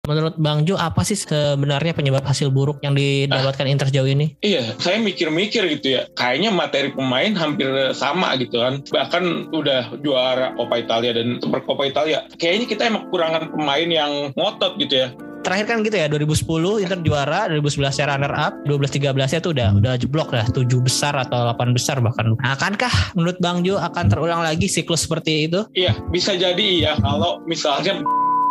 Menurut Bang Jo, apa sih sebenarnya penyebab hasil buruk yang didapatkan Inter sejauh ini? Iya, saya mikir-mikir gitu ya. Kayaknya materi pemain hampir sama gitu kan. Bahkan udah juara Coppa Italia dan Super Coppa Italia. Kayaknya kita emang kekurangan pemain yang ngotot gitu ya. Terakhir kan gitu ya, 2010 Inter juara, 2011 ya runner up, 12-13 tuh udah jeblok lah, 7 besar atau 8 besar bahkan. Akankah menurut Bang Jo akan terulang lagi siklus seperti itu? Iya, bisa jadi ya kalau misalnya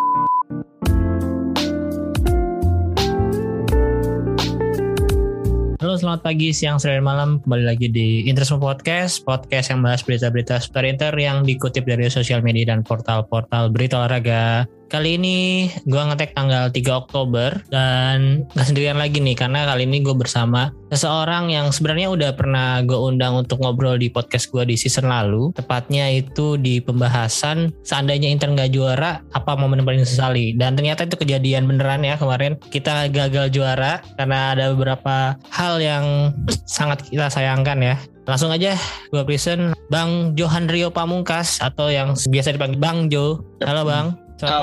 Halo, selamat pagi, siang, sore, dan malam. Kembali lagi di Interisme Podcast yang bahas berita-berita seputar Inter yang dikutip dari sosial media dan portal-portal berita olahraga. Kali ini gue ngetek tanggal 3 Oktober dan gak sendirian lagi nih, karena kali ini gue bersama seseorang yang sebenarnya udah pernah gue undang untuk ngobrol di podcast gue di season lalu. Tepatnya itu di pembahasan seandainya Inter gak juara, apa momen yang paling disesali. Dan ternyata itu kejadian beneran ya, kemarin kita gagal juara karena ada beberapa hal yang sangat kita sayangkan ya. Langsung aja gue present Bang Johan Rio Pamungkas atau yang biasa dipanggil Bang Jo. Halo Bang.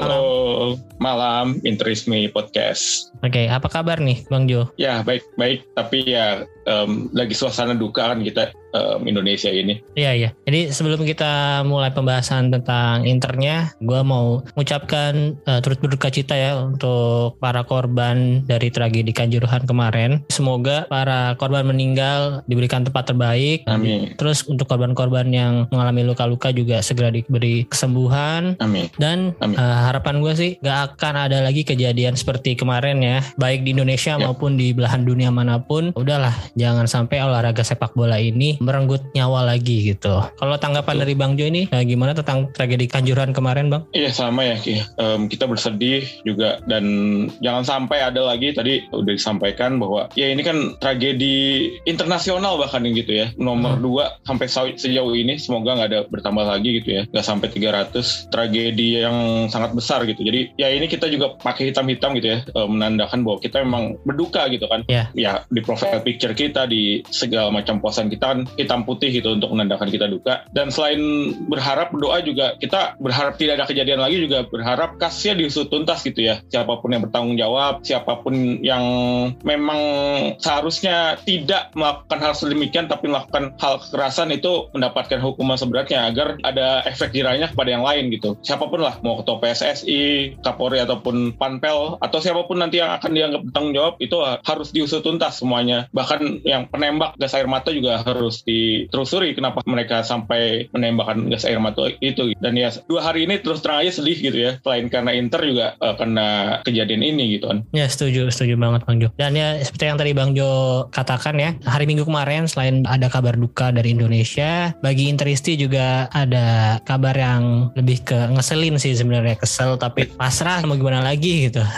Halo, malam Interisme Podcast. Oke, apa kabar nih Bang Jo? Ya, baik. Tapi ya lagi suasana duka kan kita Indonesia ini. Iya. Jadi sebelum kita mulai pembahasan tentang Internya, gue mau mengucapkan turut berduka cita ya untuk para korban dari tragedi Kanjuruhan kemarin. Semoga para korban meninggal diberikan tempat terbaik. Amin. Terus untuk korban-korban yang mengalami luka-luka juga segera diberi kesembuhan. Amin. Dan harapan gue sih gak akan ada lagi kejadian seperti kemarin ya, baik di Indonesia maupun di belahan dunia manapun. Udahlah, jangan sampai olahraga sepak bola ini merenggut nyawa lagi gitu. Kalau tanggapan dari Bang Jo ini gimana tentang tragedi Kanjuruhan kemarin, Bang? Iya, sama ya Ki. Kita bersedih juga, dan jangan sampai ada lagi. Tadi udah disampaikan bahwa ya ini kan tragedi internasional bahkan gitu ya, nomor 2 sampai sejauh ini. Semoga nggak ada bertambah lagi gitu ya, nggak sampai 300. Tragedi yang sangat besar gitu. Jadi ya ini kita juga pakai hitam-hitam gitu ya, menandakan bahwa kita memang berduka gitu kan. Ya di profile picture kita, di segala macam posan kita kan hitam putih gitu untuk menandakan kita duka. Dan selain berharap, berdoa juga, kita berharap tidak ada kejadian lagi, juga berharap kasusnya diusut tuntas gitu ya. Siapapun yang bertanggung jawab, siapapun yang memang seharusnya tidak melakukan hal sedemikian tapi melakukan hal kekerasan, itu mendapatkan hukuman seberatnya agar ada efek jerahnya kepada yang lain gitu. Siapapun lah, mau ketua PSSI, Kapolri ataupun Panpel, atau siapapun nanti yang akan dianggap bertanggung jawab, itu harus diusut tuntas semuanya. Bahkan yang penembak gas air mata juga harus ditelusuri kenapa mereka sampai menembakkan gas air mata itu. Dan ya 2 hari ini terus terang aja sedih gitu ya, selain karena Inter juga karena kejadian ini gitu kan. Ya, setuju banget Bang Jo. Dan ya seperti yang tadi Bang Jo katakan ya, hari Minggu kemarin selain ada kabar duka dari Indonesia, bagi Interisti juga ada kabar yang lebih ke ngeselin sih sebenarnya. Kesel tapi pasrah, mau gimana lagi gitu.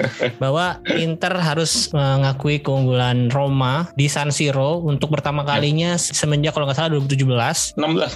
Bahwa Inter harus mengakui keunggulan Roma di San Siro untuk pertama kalinya semenjak kalau nggak salah 2017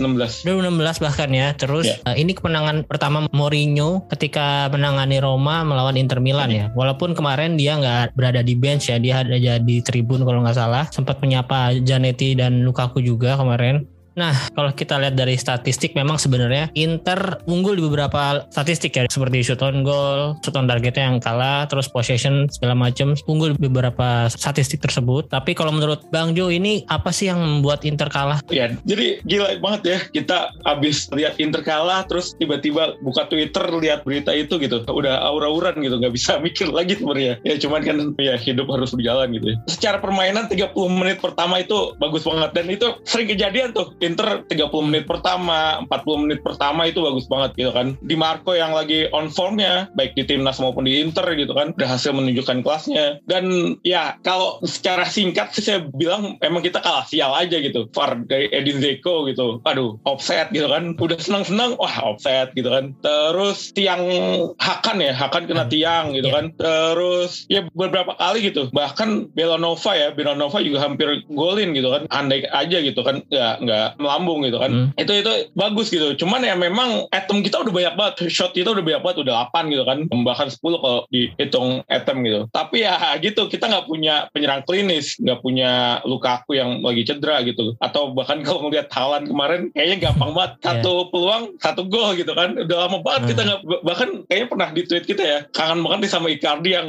2016 bahkan ya. Terus ini kemenangan pertama Mourinho ketika menangani Roma melawan Inter Milan ya. Walaupun kemarin dia nggak berada di bench ya, dia ada di tribun kalau nggak salah, sempat menyapa Zanetti dan Lukaku juga kemarin. Nah, kalau kita lihat dari statistik, memang sebenarnya Inter unggul di beberapa statistik ya, seperti shoot on goal, shoot on targetnya yang kalah, terus possession segala macam, unggul di beberapa statistik tersebut. Tapi kalau menurut Bang Jo, ini apa sih yang membuat Inter kalah? Ya, jadi gila banget ya, kita abis lihat Inter kalah, terus tiba-tiba buka Twitter lihat berita itu gitu, udah aur-auran gitu, nggak bisa mikir lagi sebenarnya. Ya cuman kan ya hidup harus berjalan gitu ya. Secara permainan 30 menit pertama itu bagus banget, dan itu sering kejadian tuh. Inter 30 menit pertama, 40 menit pertama itu bagus banget gitu kan. Di Marco yang lagi on formnya, baik di timnas maupun di Inter gitu kan, berhasil menunjukkan kelasnya. Dan ya kalau secara singkat sih saya bilang emang kita kalah sial aja gitu. VAR dari Edin Dzeko gitu, aduh offset gitu kan. Udah senang-senang, wah offset gitu kan. Terus tiang Hakan kena tiang gitu kan. Terus ya beberapa kali gitu. Bahkan Belanova juga hampir golin gitu kan. Andai aja gitu kan, nggak melambung gitu kan. Itu bagus gitu. Cuman ya memang atom kita udah banyak banget, shot kita udah banyak banget, udah 8 gitu kan, bahkan 10 kalau dihitung atom gitu. Tapi ya gitu, kita nggak punya penyerang klinis, nggak punya Lukaku yang lagi cedera gitu. Atau bahkan kalau ngeliat Haaland kemarin kayaknya gampang banget, satu peluang 1 gol gitu kan. Udah lama banget kita nggak, bahkan kayaknya pernah di tweet kita ya, kangen banget nih sama Icardi yang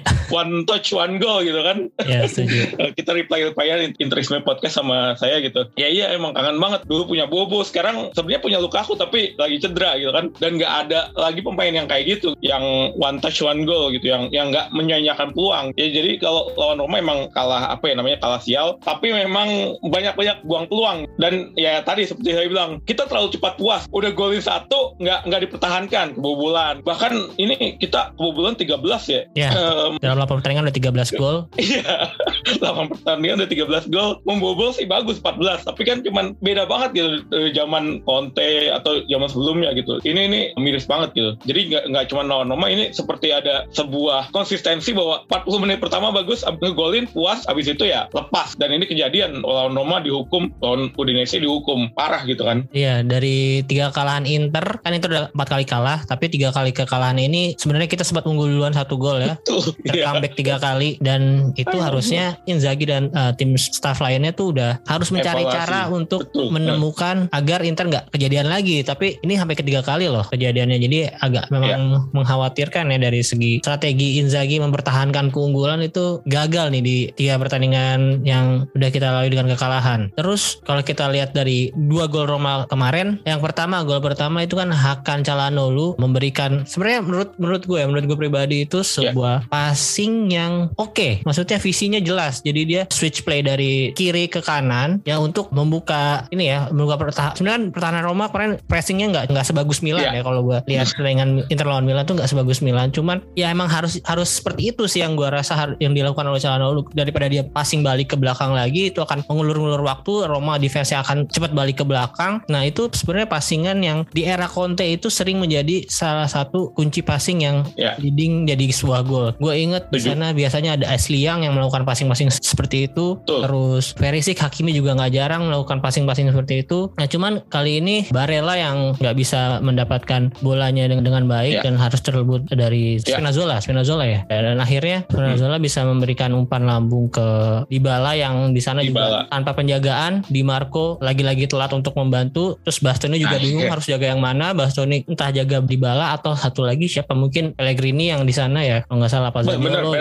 one touch one goal gitu kan. Setuju. Kita reply-replyan Interisme Podcast sama saya gitu. Ya iya emang kangen banget. Dulu punya Bobo, sekarang sebenarnya punya Lukaku tapi lagi cedera gitu kan. Dan nggak ada lagi pemain yang kayak gitu, yang one touch one goal gitu, yang nggak menyanyiakan peluang. Ya jadi kalau lawan Roma emang kalah kalah sial. Tapi memang banyak buang peluang. Dan ya tadi seperti saya bilang, kita terlalu cepat puas. Udah golin 1 nggak dipertahankan, kebobolan. Bahkan ini kita kebobolan 13 ya. Dalam 8 pertandingan udah 13 gol. Iya. 8 pertandingan udah 13 gol. Membobol sih bagus 14, tapi kan cuman beda banget gitu dari zaman Conte atau zaman sebelumnya gitu. Ini miris banget gitu. Jadi nggak cuma lawan Roma, ini seperti ada sebuah konsistensi bahwa 40 menit pertama bagus, ngegolin puas, abis itu ya lepas. Dan ini kejadian, lawan Roma dihukum, lawan Udinese dihukum parah gitu kan. Iya, dari 3 kekalahan Inter kan itu udah 4 kali kalah, tapi 3 kali kekalahan ini sebenarnya kita sempat unggul duluan 1 gol ya. Comeback 3 kali, dan itu harusnya Inzaghi dan tim staff lainnya tuh udah harus mencari cara untuk menemukan agar Inter nggak kejadian lagi. Tapi ini sampai ketiga kali loh kejadiannya, jadi agak memang mengkhawatirkan ya dari segi strategi Inzaghi mempertahankan keunggulan itu gagal nih di 3 pertandingan yang udah kita lalui dengan kekalahan. Terus kalau kita lihat dari 2 gol Roma kemarin, gol pertama itu kan Hakan Calhanoglu memberikan, sebenarnya menurut gue pribadi itu sebuah passing yang oke. Maksudnya visinya jelas. Jadi dia switch play dari kiri ke kanan ya untuk membuka pertahanan. Sebenarnya pertahanan Roma kemarin pressingnya nggak sebagus Milan ya, kalau gue lihat pertandingan Inter lawan Milan tuh nggak sebagus Milan. Cuman ya emang harus seperti itu sih yang gue rasa yang dilakukan oleh Calhanoglu. Daripada dia passing balik ke belakang lagi, itu akan mengulur-ulur waktu, Roma defense-nya akan cepat balik ke belakang. Nah itu sebenarnya passingan yang di era Conte itu sering menjadi salah satu kunci passing yang leading jadi sebuah gol. Gue inget di sana biasanya ada Ashley Young yang melakukan passing-passing seperti itu. Terus Perisic, Hakimi juga nggak jarang melakukan passing-passing seperti itu. Nah cuman kali ini Barella yang nggak bisa mendapatkan bolanya dengan baik dan harus terlebut dari Spinazzola ya. Dan akhirnya Spinazzola bisa memberikan umpan lambung ke Dybala yang di sana juga tanpa penjagaan. Di Marco lagi-lagi telat untuk membantu. Terus Bastoni juga bingung harus jaga yang mana. Bastoni entah jaga Dybala atau satu lagi siapa, mungkin Pellegrini yang di sana ya, kalau nggak salah Pak Zaniolo.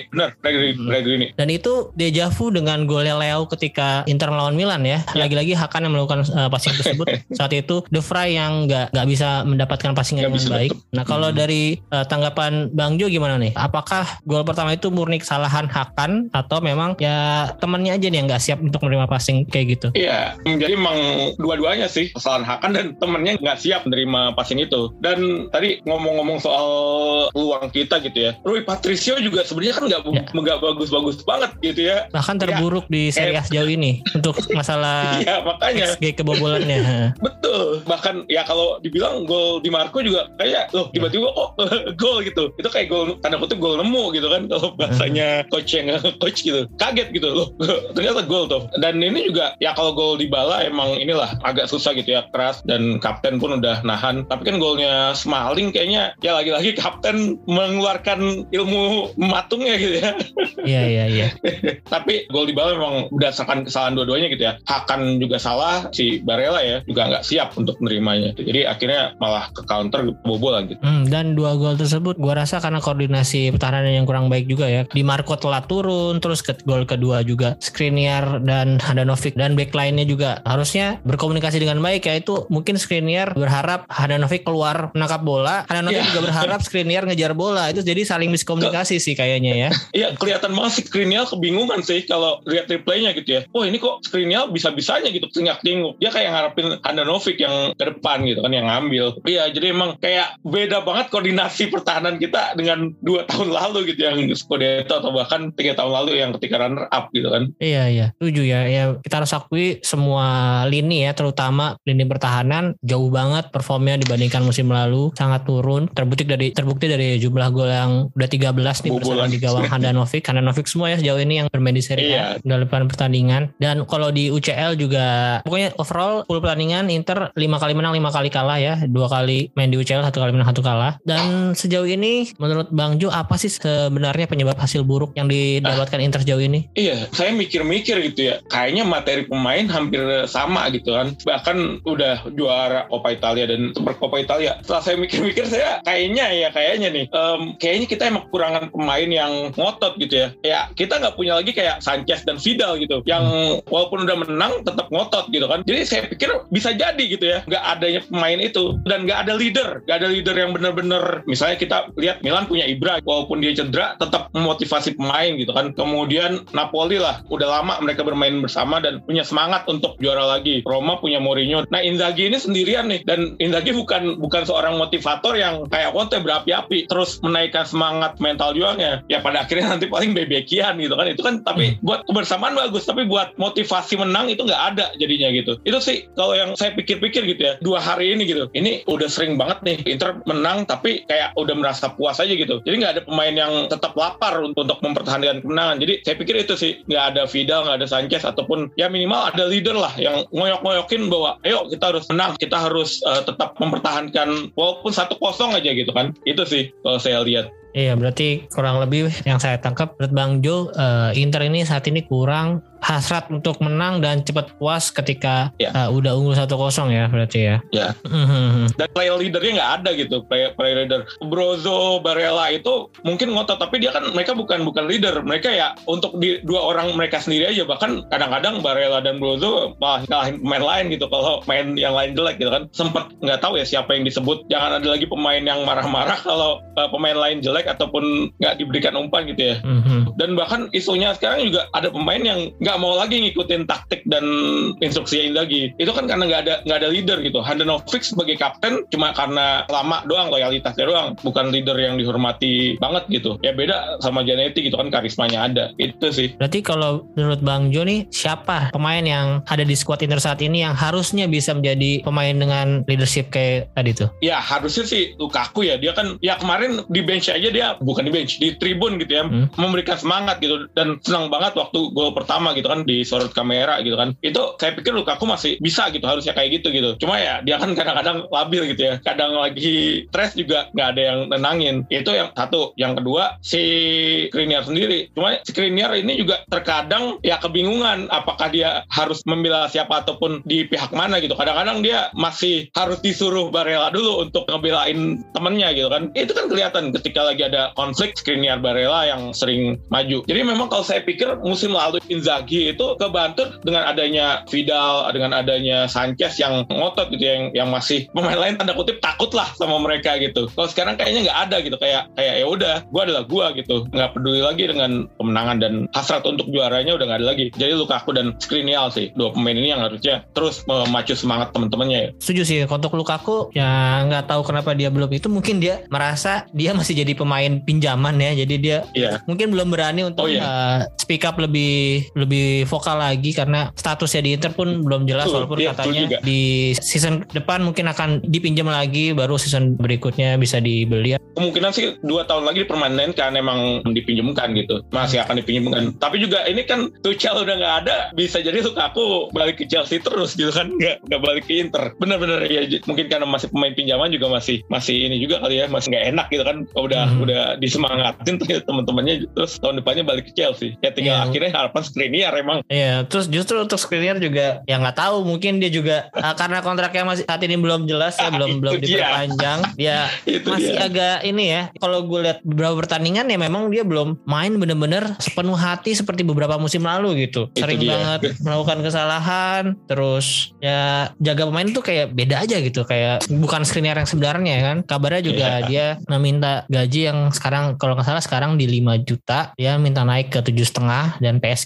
Pellegrini. Dan itu deja vu dengan golnya Leo ketika Inter melawan Milan ya. Lagi-lagi Hakan yang melakukan passing tersebut. Saat itu De Vrij yang nggak bisa mendapatkan passingan yang baik. Nah kalau dari tanggapan Bang Jo gimana nih? Apakah gol pertama itu murni kesalahan Hakan atau memang ya temannya aja nih yang nggak siap untuk menerima passing kayak gitu? Iya, jadi emang dua-duanya sih, kesalahan Hakan dan temannya nggak siap menerima passing itu. Dan tadi ngomong-ngomong soal peluang kita gitu ya, Rui Patricio juga sebenarnya kan nggak bagus-bagus banget gitu ya. Bahkan terburuk di Serie A sejauh ini untuk masalah makanya XG kebobolannya. Betul. Bahkan ya kalau dibilang gol Di Marco juga kayak tiba-tiba kok gol gitu. Itu kayak gol tanda kutip gol nemu gitu kan kalau bahasanya coach yang coach gitu. Kaget gitu loh. Ternyata gol tuh. Dan ini juga ya kalau gol Dybala emang inilah agak susah gitu ya, keras, dan kapten pun udah nahan. Tapi kan golnya Smalling kayaknya ya lagi-lagi kapten mengeluarkan ilmu matungnya gitu ya. Iya. Tapi gol Dybala memang berdasarkan kesalahan dua-duanya gitu ya. Hakan juga salah, si Barella ya juga nggak siap untuk menerimanya. Jadi akhirnya malah ke counter kebobolan gitu. Dan 2 gol tersebut gua rasa karena koordinasi pertahanan yang kurang baik juga ya. Di Marco telat turun, terus gol kedua juga Skriniar dan Handanovic, dan backline-nya juga harusnya berkomunikasi dengan baik ya. Itu mungkin Skriniar berharap Handanovic keluar menangkap bola, Handanovic juga berharap Skriniar ngejar bola. Itu jadi saling miskomunikasi sih kayaknya ya. Iya, kelihatan banget sih Skriniar kebingungan sih kalau lihat replaynya gitu ya. Oh ini kok Skriniar bisa-bisanya gitu tinggal-tinggal. Dia kayak ngarepin Handanovic yang ke depan gitu kan, yang ngambil. Iya, jadi emang kayak beda banget koordinasi pertahanan kita dengan 2 tahun lalu gitu, yang Scudetto, atau bahkan 3 tahun lalu yang ketika runner up gitu kan. Iya. Setuju ya. Ya kita harus akui semua lini ya, terutama lini pertahanan jauh banget performnya dibandingkan musim lalu, sangat turun. Terbukti dari jumlah gol yang udah 13 nih bersama di gawang Handanovic semua ya sejauh ini yang bermain di Serie A dalam pertandingan. Dan kalau di UCL juga pokoknya overall full pertandingan Inter 5 kali menang 5 kali kalah ya, 2 kali main di UCL, 1 kali menang 1 kalah. Dan sejauh ini menurut Bang Jo apa sih sebenarnya penyebab hasil buruk yang didapatkan Inter sejauh ini? Iya, saya mikir-mikir gitu ya, kayaknya materi pemain hampir sama gitu kan, bahkan udah juara Coppa Italia dan Super Coppa Italia. Setelah saya mikir-mikir, saya kayaknya nih kayaknya kita emang kekurangan pemain yang ngotot gitu ya. Ya kita nggak punya lagi kayak Sanchez dan Vidal gitu yang walaupun udah menang tetap ngotot gitu kan. Jadi saya pikir bisa jadi gitu ya, nggak adanya pemain itu dan nggak ada leader yang benar-benar. Misalnya kita lihat Milan punya Ibra, walaupun dia cedera tetap memotivasi pemain gitu kan. Kemudian Napoli lah, udah lama mereka bermain bersama dan punya semangat untuk juara lagi. Roma punya Mourinho. Nah Inzaghi ini sendirian nih, dan Inzaghi bukan seorang motivator yang kayak Conte berapi-api terus menaikkan semangat mental juangnya. Ya pada akhirnya nanti paling bebekian gitu kan. Itu kan tapi buat kebersamaan bagus, tapi buat motivasi menang itu nggak ada jadinya gitu. Itu sih kalau yang saya pikir-pikir gitu ya, 2 hari ini gitu. Ini udah sering banget nih Inter menang tapi kayak udah merasa puas aja gitu. Jadi nggak ada pemain yang tetap lapar untuk mempertahankan kemenangan. Jadi saya pikir itu sih, nggak ada Vidal, nggak ada Sanchez, ataupun ya minimal ada leader lah yang ngoyok-ngoyokin bahwa ayo kita harus menang, kita harus tetap mempertahankan walaupun 1-0 aja gitu kan. Itu sih kalau saya lihat. Iya, berarti kurang lebih yang saya tangkap menurut Bang Jo, Inter ini saat ini kurang hasrat untuk menang dan cepat puas ketika udah unggul 1-0 ya berarti ya. Ya. Dan player leadernya nggak ada gitu, player leader. Brozo, Barella itu mungkin ngotot tapi mereka bukan leader. Mereka ya untuk di 2 orang mereka sendiri aja, bahkan kadang-kadang Barella dan Brozo malah ngalahin pemain lain gitu kalau main yang lain jelek gitu kan. Sempat nggak tahu ya siapa yang disebut. Jangan ada lagi pemain yang marah-marah kalau pemain lain jelek ataupun nggak diberikan umpan gitu ya. Dan bahkan isunya sekarang juga ada pemain yang nggak mau lagi ngikutin taktik dan instruksi Inzaghi. Itu kan karena nggak ada leader gitu. Handanovic sebagai kapten cuma karena lama doang, loyalitasnya doang, bukan leader yang dihormati banget gitu. Ya beda sama Zanetti gitu kan, karismanya ada. Itu sih. Berarti kalau menurut Bang Jo nih, siapa pemain yang ada di skuad Inter saat ini yang harusnya bisa menjadi pemain dengan leadership kayak tadi tuh? Ya harusnya sih Lukaku ya. Dia kan ya kemarin di bench aja, dia bukan di bench, di tribun gitu ya, memberikan semangat gitu, dan senang banget waktu gol pertama gitu kan disorot kamera gitu kan. Itu saya pikir Lukaku masih bisa gitu, harusnya kayak gitu. Cuma ya dia kan kadang-kadang labil gitu ya, kadang lagi stres juga nggak ada yang nenangin. Itu yang satu. Yang kedua si Skriniar sendiri. Cuma si Skriniar ini juga terkadang ya kebingungan apakah dia harus membela siapa ataupun di pihak mana gitu. Kadang-kadang dia masih harus disuruh Barella dulu untuk ngebelain temennya gitu kan. Itu kan kelihatan ketika lagi ada konflik Skriniar Barella yang sering maju. Jadi memang kalau saya pikir musim lalu Inzaghi itu kebantu dengan adanya Vidal, dengan adanya Sanchez yang ngotot gitu, yang masih pemain lain tanda kutip takut lah sama mereka gitu. Kalau sekarang kayaknya nggak ada gitu, kayak ya udah, gue adalah gue gitu, nggak peduli lagi dengan kemenangan dan hasrat untuk juaranya udah nggak ada lagi. Jadi Lukaku dan Skriniar sih 2 pemain ini yang harusnya terus memacu semangat teman-temannya ya. Setuju sih. Untuk Lukaku ya nggak tahu kenapa dia belum itu, mungkin dia merasa dia masih jadi pemain pinjaman ya, jadi dia mungkin belum berani untuk speak up lebih vokal lagi karena statusnya di Inter pun belum jelas, walaupun katanya di season depan mungkin akan dipinjam lagi, baru season berikutnya bisa dibeli. Kemungkinan sih 2 tahun lagi dipermanenkan, emang dipinjemkan gitu, masih akan dipinjemkan. Tapi juga ini kan Tuchel udah nggak ada, bisa jadi Lukaku balik ke Chelsea terus gitu kan, nggak balik ke Inter. Bener-bener ya, mungkin karena masih pemain pinjaman juga masih ini juga kali ya, masih nggak enak gitu kan. Udah disemangatin teman-temannya, terus tahun depannya balik ke Chelsea. Ya tinggal akhirnya harapan Skriniar emang. Iya, terus justru untuk Skriniar juga ya nggak tahu, mungkin dia juga karena kontraknya masih saat ini belum jelas ya, belum diperpanjang. Dia masih agak ini ya. Kalau gue lihat beberapa pertandingan ya memang dia belum main bener-bener sepenuh hati seperti beberapa musim lalu gitu. Sering banget melakukan kesalahan, terus ya jaga pemain tuh kayak beda aja gitu, kayak bukan Skriniar yang sebenarnya kan. Kabarnya juga dia meminta gaji yang sekarang kalau nggak salah sekarang di 5 juta, dia minta naik ke 7,5, dan PSG udah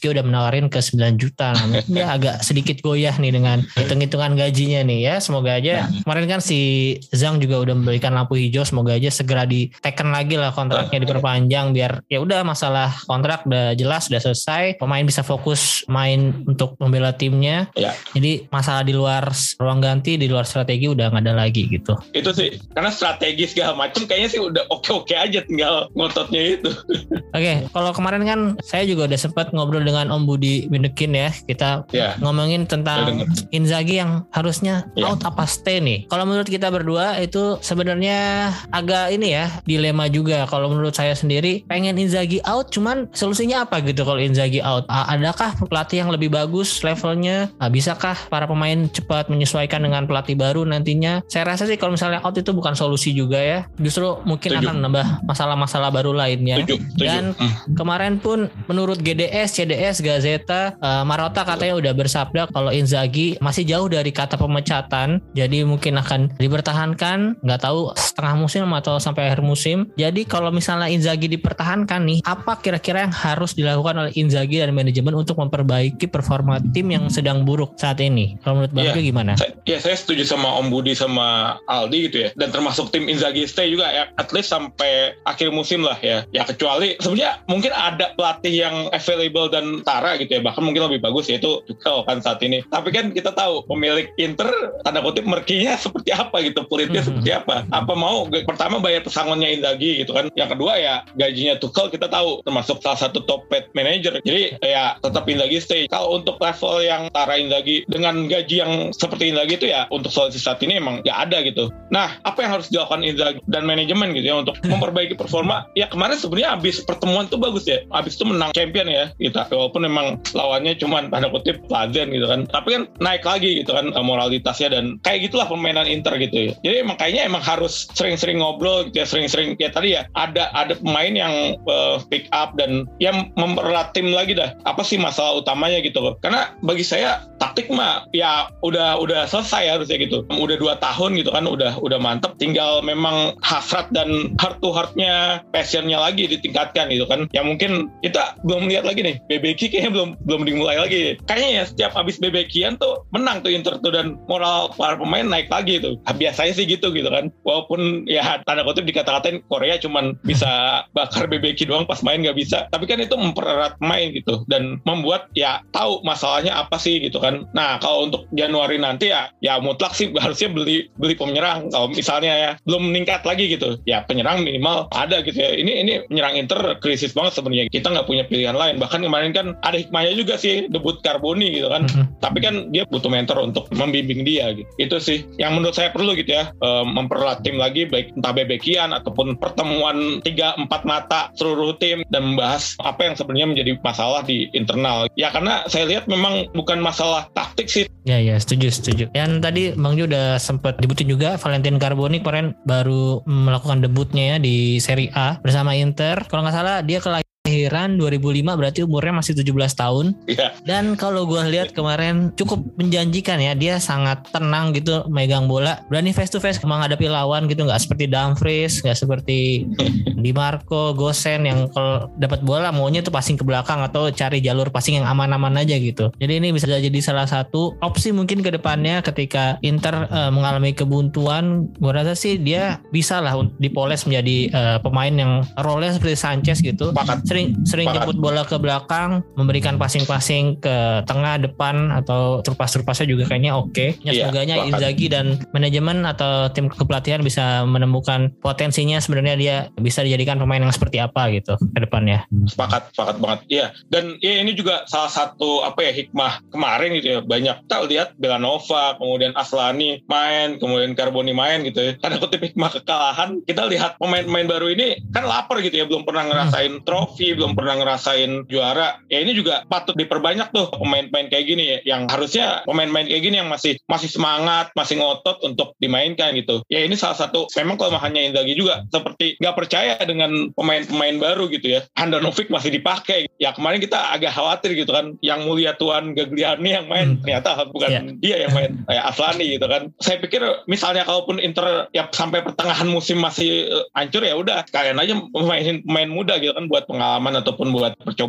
ditawarin ke 9 juta. Nah, dia agak sedikit goyah nih dengan hitung-hitungan gajinya nih ya. Semoga aja kemarin kan si Zhang juga udah memberikan lampu hijau, semoga aja segera diteken lagi lah kontraknya, diperpanjang biar ya udah masalah kontrak udah jelas, udah selesai, pemain bisa fokus main untuk membela timnya. Jadi masalah di luar ruang ganti, di luar strategi udah nggak ada lagi gitu. Itu sih karena strategi segala macam kayaknya sih udah oke aja, tinggal ngototnya itu. Oke, kalau kemarin kan saya juga udah sempat ngobrol dengan Om Budi Bindekin ya. Kita ngomongin tentang Inzaghi yang harusnya out apa stay nih. Kalau menurut kita berdua itu sebenarnya agak ini ya, dilema juga. Kalau menurut saya sendiri pengen Inzaghi out, cuman solusinya apa gitu kalau Inzaghi out? Adakah pelatih yang lebih bagus levelnya? Bisakah para pemain cepat menyesuaikan dengan pelatih baru nantinya? Saya rasa sih kalau misalnya out itu bukan solusi juga ya. Justru mungkin akan menambah masalah-masalah baru lainnya. Dan kemarin pun menurut GDS, CDS, Gazeta, Marotta katanya udah bersabda kalau Inzaghi masih jauh dari kata pemecatan, jadi mungkin akan dipertahankan, nggak tahu setengah musim atau sampai akhir musim. Jadi kalau misalnya Inzaghi dipertahankan nih, apa kira-kira yang harus dilakukan oleh Inzaghi dan manajemen untuk memperbaiki performa tim yang sedang buruk saat ini? Kalau menurut Bang Jo gimana? Saya setuju sama Om Budi sama Aldi gitu ya, dan termasuk tim Inzaghi stay juga ya, at least sampai akhir musim lah ya. Ya kecuali sebenarnya mungkin ada pelatih yang available dan tara gitu ya, bahkan mungkin lebih bagus, yaitu Tuchel kan saat ini. Tapi kan kita tahu pemilik Inter tanda kutip merkinya seperti apa gitu, pelitnya seperti apa. Apa mau pertama bayar pesangonnya Inzaghi gitu kan, yang kedua ya gajinya Tuchel kita tahu termasuk salah satu top paid manager. Jadi ya tetap Inzaghi stay. Kalau untuk level yang tara Inzaghi dengan gaji yang seperti Inzaghi itu ya untuk solusi saat ini emang gak ada gitu. Nah, apa yang harus dilakukan Inzaghi dan manajemen gitu ya untuk memperbaiki performa? Ya kemarin sebenarnya habis pertemuan tuh bagus ya, habis itu menang champion ya kita, walaupun memang lawannya cuman tanda kutip Plazen gitu kan, tapi kan naik lagi gitu kan moralitasnya, dan kayak gitulah permainan Inter gitu ya. Jadi makanya emang harus sering-sering ngobrol gitu ya, sering-sering ya tadi ya ada pemain yang pick up dan yang mempererat tim lagi dah. Apa sih masalah utamanya gitu loh? Karena bagi saya taktik mah ya udah selesai harusnya gitu. Udah 2 tahun gitu kan, udah mantep, tinggal memang hasrat dan heart to heartnya, passionnya lagi ditingkatkan gitu kan. Ya mungkin kita belum lihat lagi nih, BBK kayaknya belum dimulai lagi. Kayaknya ya setiap habis BBK-an tuh menang tuh Inter tuh, dan moral para pemain naik lagi tuh. Biasanya sih gitu kan. Walaupun ya tanda kutip dikata-katain Korea cuman bisa bakar BBK doang pas main nggak bisa. Tapi kan itu mempererat pemain gitu dan membuat ya tahu masalahnya apa sih gitu kan. Nah kalau untuk Januari nanti ya mutlak sih harusnya beli penyerang. Kalau misalnya ya belum meningkat lagi gitu, ya penyerang minimal ada gitu ya. Ini penyerang Inter krisis banget sebenarnya. Kita nggak punya pilihan lain. Bahkan kemarin kan ada hikmahnya juga sih debut Carboni gitu kan. Tapi kan dia butuh mentor untuk membimbing dia gitu. Itu sih yang menurut saya perlu gitu ya, mempererat tim lagi, baik entah bebekian ataupun pertemuan 3-4 mata seluruh tim dan membahas apa yang sebenarnya menjadi masalah di internal. Ya karena saya lihat memang bukan masalah taktik sih. Ya setuju. Dan tadi Bang Jo udah sempat debutin juga Valentin Carboni kemarin baru melakukan debutnya ya di Serie A bersama Inter. Kalau nggak salah dia kelahiran 2005, berarti umurnya masih 17 tahun. Dan kalau gue lihat kemarin cukup menjanjikan ya, dia sangat tenang gitu megang bola, berani face to face menghadapi lawan gitu, nggak seperti Dumfries, nggak seperti Di Marco, Gosen yang kalau dapat bola maunya tuh passing ke belakang atau cari jalur passing yang aman-aman aja gitu. Jadi ini bisa jadi salah satu opsi mungkin ke depannya ketika Inter mengalami kebuntuan. Gue rasa sih dia bisa lah dipoles menjadi pemain yang role-nya seperti Sanchez gitu. Sering jemput bola ke belakang, memberikan passing-passing ke tengah, depan, atau turpas-turpasnya juga kayaknya oke. Semoganya Inzaghi dan manajemen atau tim kepelatihan bisa menemukan potensinya sebenarnya dia bisa dijadikan pemain yang seperti apa gitu ke depannya. Sepakat banget. Iya. Dan ya ini juga salah satu hikmah kemarin gitu ya. Banyak kita lihat Belanova, kemudian Aslani main, kemudian Carboni main gitu ya. Karena kutip hikmah kekalahan, kita lihat pemain-pemain baru ini kan lapar gitu ya, belum pernah ngerasain trofi, belum pernah ngerasain juara. Ya ini juga patut diperbanyak tuh pemain-pemain kayak gini ya, yang harusnya pemain-pemain kayak gini yang masih semangat, masih ngotot untuk dimainkan gitu. Ya ini salah satu memang kelemahannya Inzaghi juga, seperti nggak percaya dengan pemain-pemain baru gitu ya. Handanovic masih dipakai. Ya kemarin kita agak khawatir gitu kan, yang mulia Tuan Gagliani yang main, ternyata bukan dia yang main, kayak Aslani gitu kan. Saya pikir misalnya kalaupun Inter ya sampai pertengahan musim masih hancur, ya udah kalian aja mainin pemain muda gitu kan buat pengalaman ataupun buat percobaan.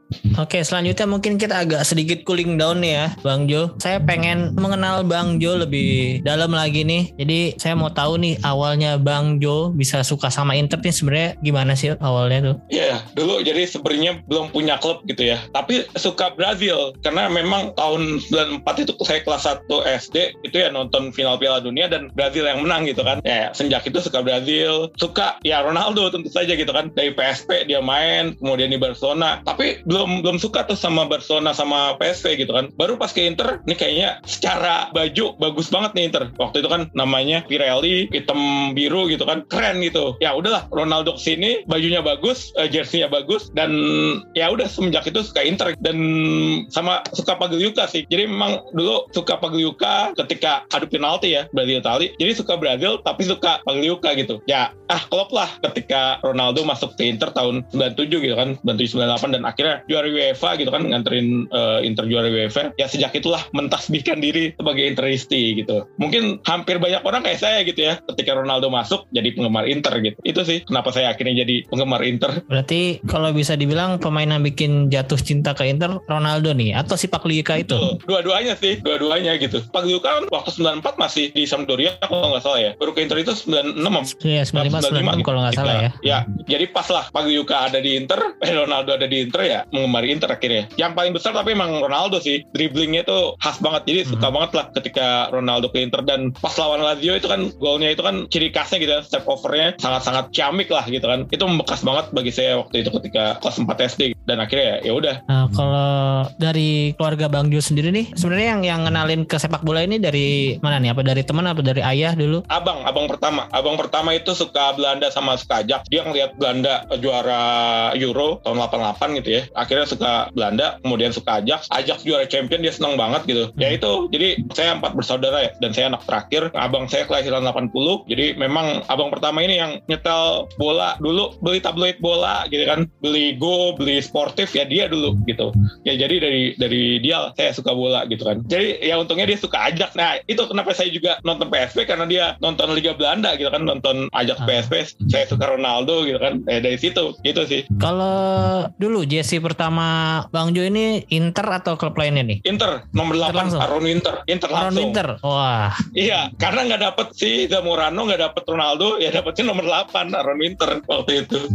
Oke, selanjutnya mungkin kita agak sedikit cooling down nih ya, Bang Jo. Saya pengen mengenal Bang Jo lebih dalam lagi nih. Jadi saya mau tahu nih awalnya Bang Jo bisa suka sama Inter nih sebenarnya gimana sih awalnya tuh? Iya, dulu jadi sebenarnya belum punya klub gitu ya. Tapi suka Brazil karena memang tahun 94 itu saya kelas 1 SD itu ya nonton final Piala Dunia dan Brazil yang menang gitu kan. Ya, sejak itu suka Brazil, suka ya Ronaldo tentu saja gitu kan. Dari PSV dia main, kemudian di Barcelona. Tapi belum suka tuh sama Barcelona sama PSV gitu kan. Baru pas ke Inter, nih kayaknya secara baju bagus banget nih Inter. Waktu itu kan namanya Pirelli, hitam biru gitu kan, keren gitu. Ya udahlah, Ronaldo kesini, bajunya bagus, jersey-nya bagus, dan ya udah semenjak itu suka Inter dan sama suka Pagliuca sih. Jadi memang dulu suka Pagliuca ketika adu penalti ya, Brazil Itali. Jadi suka Brazil tapi suka Pagliuca gitu. Ya, klop lah ketika Ronaldo masuk ke Inter tahun 97 gitu kan, 97-98 dan akhirnya juara UEFA gitu kan, nganterin Inter juara UEFA. Ya sejak itulah mentasbihkan diri sebagai Interisti gitu. Mungkin hampir banyak orang kayak saya gitu ya, ketika Ronaldo masuk jadi penggemar Inter gitu. Itu sih kenapa saya akhirnya jadi penggemar Inter. Berarti kalau bisa dibilang pemain yang bikin jatuh cinta ke Inter Ronaldo nih atau si Pagliuca itu? Dua-duanya sih, dua-duanya gitu. Pagliuca kan waktu 94 masih di Sampdoria kalau nggak salah ya. Baru ke Inter itu 96. Iya, 95 kalau nggak salah ya. Ya, jadi pas lah Pagliuca ada di Inter, Ronaldo ada di Inter ya, menggemari Inter akhirnya. Yang paling besar tapi emang Ronaldo sih. Dribblingnya itu khas banget. Jadi suka banget lah ketika Ronaldo ke Inter dan pas lawan Lazio itu kan golnya itu kan ciri khasnya gitu ya, step overnya sangat-sangat ciamik lah gitu kan. Itu membekas banget bagi saya waktu itu ketika kelas 4 SD dan akhirnya ya udah. Nah, kalau dari keluarga Bang Jo sendiri nih, sebenarnya yang ngenalin ke sepak bola ini dari mana nih? Apa dari teman apa dari ayah dulu? Abang pertama itu suka Belanda sama suka Ajax. Dia ngeliat Belanda juara Euro tahun 88 gitu ya. Akhirnya suka Belanda, kemudian suka Ajax. Ajax juara champion dia seneng banget gitu. Ya itu, jadi saya 4 bersaudara ya dan saya anak terakhir. Abang saya kelahiran 80. Jadi memang abang pertama ini yang nyetel bola dulu, beli tabloid bola gitu kan. Beli Go, beli sportif ya dia dulu gitu. Ya jadi dari dia saya suka bola gitu kan. Jadi ya untungnya dia suka Ajax. Nah, itu kenapa saya juga nonton PSV karena dia nonton Liga Belanda gitu kan, nonton Ajax PSV. Saya suka Ronaldo gitu kan. Dari situ gitu sih. Kalau dulu jersey pertama Bang Jo ini Inter atau klub lainnya nih? Inter nomor 8 Aron Winter. Inter langsung. Aron Winter. Wah. Iya, karena nggak dapet si Zamorano, nggak dapet Ronaldo, ya dapetnya nomor 8 Aron Winter waktu itu.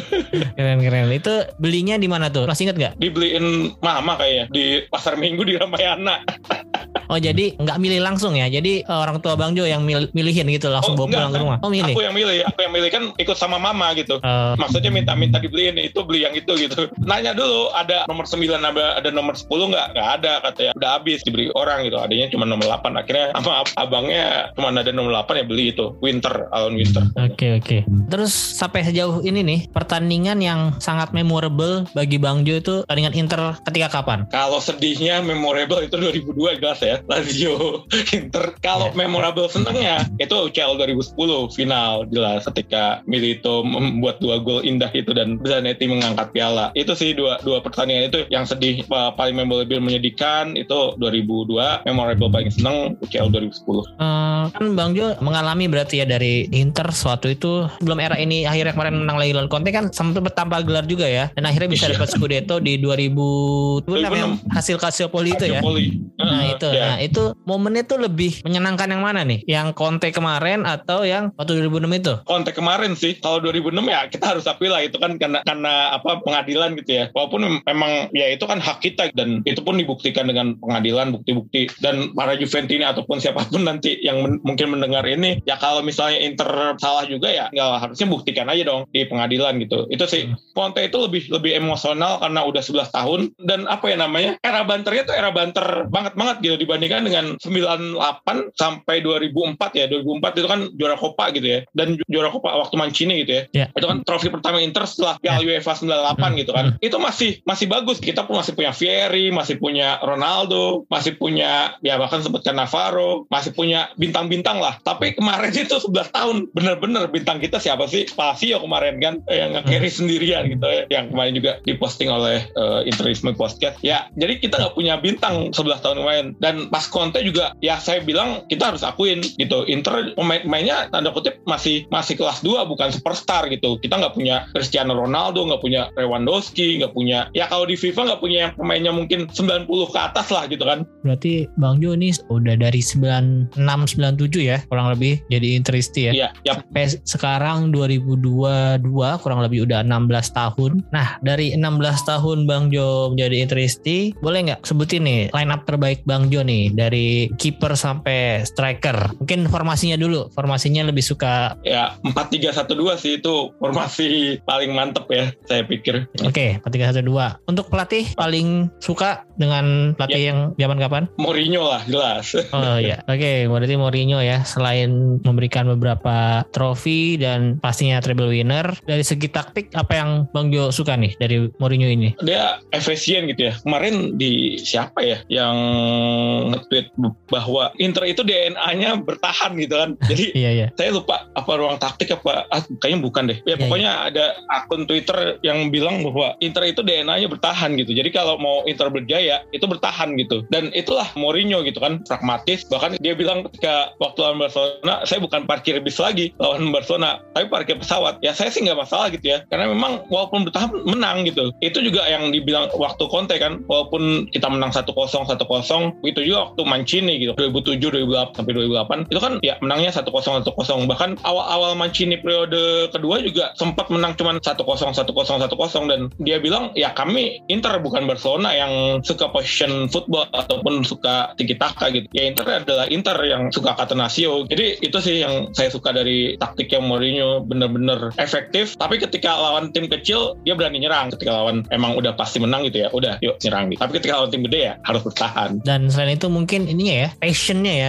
Keren. Itu belinya di mana tuh? Masih inget nggak? Dibeliin mama kayaknya di Pasar Minggu di Ramayana. Oh, jadi nggak milih langsung ya? Jadi orang tua Bang Jo yang milihin gitu langsung bawa pulang ke rumah? Oh, milih? Aku yang milih kan ikut sama mama gitu. Maksudnya minta dibeliin itu, beli yang itu gitu. Nanya dulu ada nomor 9 ada nomor 10 nggak ada katanya. Udah habis dibeli orang gitu. Adanya cuma nomor 8. Akhirnya sama abangnya cuma ada nomor 8 ya beli itu. Aron Winter. Oke. Terus sampai sejauh ini nih, pertandingan yang sangat memorable bagi Bang Jo itu pertandingan Inter ketika kapan? Kalau sedihnya memorable itu 2002 jelas ya, Lazio Inter. Kalau memorable senangnya itu UCL 2010 final jelas ketika Milito membuat 2 gol indah itu dan Zanetti mengangkat piala. Itu sih dua pertandingan itu yang sedih, paling memorable menyedihkan itu 2002, memorable paling senang UCL 2010. Kan Bang Jo mengalami berarti ya dari Inter suatu itu sebelum era ini akhirnya kemarin menang lagi lawan Conte kan sampai bertambah gelar juga ya dan akhirnya bisa dapat Scudetto di 2006 yang hasil Calciopoli itu ya. Nah itu momennya tuh lebih menyenangkan yang mana nih? Yang Conte kemarin atau yang waktu 2006 itu? Conte kemarin sih. Kalau 2006 ya kita harus akui lah itu kan karena pengadilan gitu ya. Walaupun memang ya itu kan hak kita dan itu pun dibuktikan dengan pengadilan, bukti-bukti, dan para Juventini ataupun siapapun nanti yang mungkin mendengar ini ya, kalau misalnya Inter salah juga ya nggak, harusnya buktikan aja dong di pengadilan gitu. Itu sih Conte itu lebih emosional karena udah 11 tahun dan apa ya namanya, era banternya tuh era banter banget gitu dibandingkan dengan 98 sampai 2004 ya. 2004 itu kan juara Copa gitu ya, dan juara Copa waktu Mancini gitu ya. Itu kan trofi pertama Inter setelah Piala UEFA 98 gitu kan. Itu masih bagus. Kita pun masih punya Vieri, masih punya Ronaldo, masih punya ya bahkan sebutkan Navarro, masih punya bintang-bintang lah. Tapi kemarin itu 11 tahun bener-bener bintang kita siapa sih? Palacio kemarin kan yang nge-carry sendirian gitu ya. Yang kemarin juga di diposting oleh Interisme Podcast. Ya, jadi kita nggak punya bintang 11 tahun kemarin. Dan pas Conte juga, ya saya bilang kita harus akuin gitu. Inter pemain-pemainnya tanda kutip masih kelas 2, bukan superstar gitu. Kita nggak punya Cristiano Ronaldo, nggak punya Lewandowski, nggak punya, ya kalau di FIFA nggak punya yang pemainnya mungkin 90 ke atas lah gitu kan. Berarti Bang Jo ini udah dari 96-97 ya kurang lebih jadi Interisti ya. Iya, sampai sekarang 2022 kurang lebih udah 16 tahun. Nah, dari 16 tahun Bang Jo menjadi Interisti, boleh nggak sebutin nih line up terbaik Bang Jo nih dari kiper sampai striker? Mungkin formasinya dulu. Formasinya lebih suka ya 4-3-1-2 sih, itu formasi paling mantep ya saya pikir. Oke, 4-3-1-2. Untuk pelatih paling suka dengan pelatih yang zaman kapan? Mourinho lah jelas. Oh iya. Oke, berarti Mourinho ya, selain memberikan beberapa trofi dan pastinya treble winner, dari segi taktik apa yang Bang Jo suka nih dari Mourinho ini? Dia efisien gitu ya. Kemarin di siapa ya yang nge-tweet bahwa Inter itu DNA-nya bertahan gitu kan. Jadi iya. Saya lupa apa ruang taktik apa, kayaknya bukan deh. Ya pokoknya ada akun Twitter yang bilang bahwa Inter itu DNA-nya bertahan gitu. Jadi kalau mau Inter berjaya itu bertahan gitu. Dan itulah Mourinho gitu kan, pragmatis. Bahkan dia bilang ketika waktu lawan Barcelona, saya bukan parkir bis lagi lawan Barcelona, tapi parkir pesawat. Ya saya sih nggak masalah gitu ya, karena memang walaupun bertahan menang gitu. Itu juga yang dibilang waktu Conte kan, walaupun kita menang 1-0, itu juga waktu Mancini gitu 2007, 2008 sampai 2008 itu kan ya menangnya 1-0. Bahkan awal-awal Mancini periode kedua juga sempat menang cuman 1-0 dan dia bilang ya kami Inter bukan Barcelona yang suka position football ataupun suka tiki taka gitu. Ya Inter adalah Inter yang suka catenaccio. Jadi itu sih yang saya suka dari taktik yang Mourinho, bener-bener efektif. Tapi ketika lawan tim kecil dia berani nyerang. Ketika lawan emang udah pasti menang gitu ya, udah yuk nyerang gitu. Tapi ketika lawan tim gede ya harus bertahan. Dan selain itu mungkin ininya ya, passionnya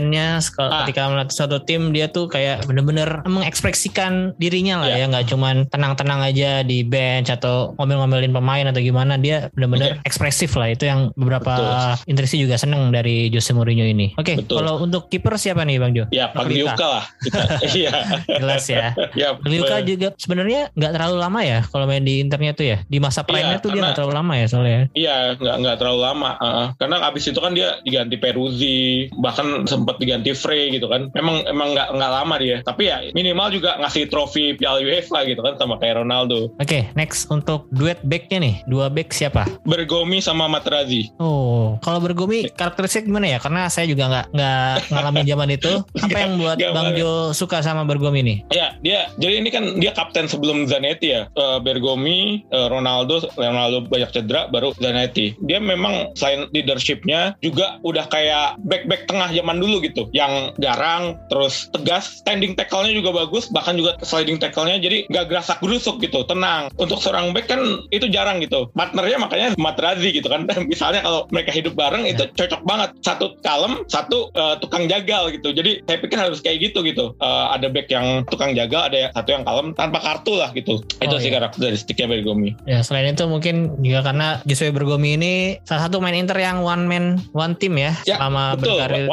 ketika melatih suatu tim, dia tuh kayak bener-bener mengekspresikan dirinya lah ya, nggak cuman tenang-tenang aja di bench atau ngomel-ngomelin pemain atau gimana. Dia bener-bener ekspresif lah. Itu yang beberapa Interisti juga seneng dari Jose Mourinho ini. Oke, kalau untuk kiper siapa nih Bang Jo? Ya Pagliuca lah. Iya. Jelas ya. Pagliuca juga sebenarnya nggak terlalu lama ya kalau main di Internya tuh ya. Di masa prime-nya tuh dia nggak terlalu lama ya soalnya. Iya, nggak terlalu lama. Karena abis itu kan dia diganti Peruzzi, bahkan sempat diganti Frey gitu kan. Emang nggak lama dia. Tapi ya minimal juga ngasih trofi Piala UEFA gitu kan sama kayak Ronaldo. Oke, next untuk duet back-nya nih. Dua back siapa? Bergomi sama Materazzi. Oh, kalau Bergomi karakteristik gimana ya? Karena saya juga nggak ngalamin zaman itu. Apa yang buat Bang Jo suka sama Bergomi nih? Ya, jadi ini kan dia kapten sebelum Zanetti ya. Bergomi, Ronaldo banyak cedera, baru Zanetti. Dia memang selain leadershipnya juga udah kayak back tengah zaman dulu gitu, yang garang, terus tegas, standing tackle-nya juga bagus, bahkan juga sliding tackle-nya jadi nggak gerasak gerusuk gitu, tenang. Untuk seorang back kan itu jarang gitu. Partnernya makanya Materazzi gitu kan. Misalnya kalau mereka hidup bareng itu cocok banget. Satu kalem, satu tukang jagal gitu. Jadi saya pikir harus kayak gitu. Ada back yang tukang jagal, ada satu yang kalem tanpa kartu lah gitu. Itu sih karakteristiknya Bergomi. Ya, selain itu mungkin juga karena Joshua Bergomi ini salah satu main Inter yang one team ya. Selama betul. berkarir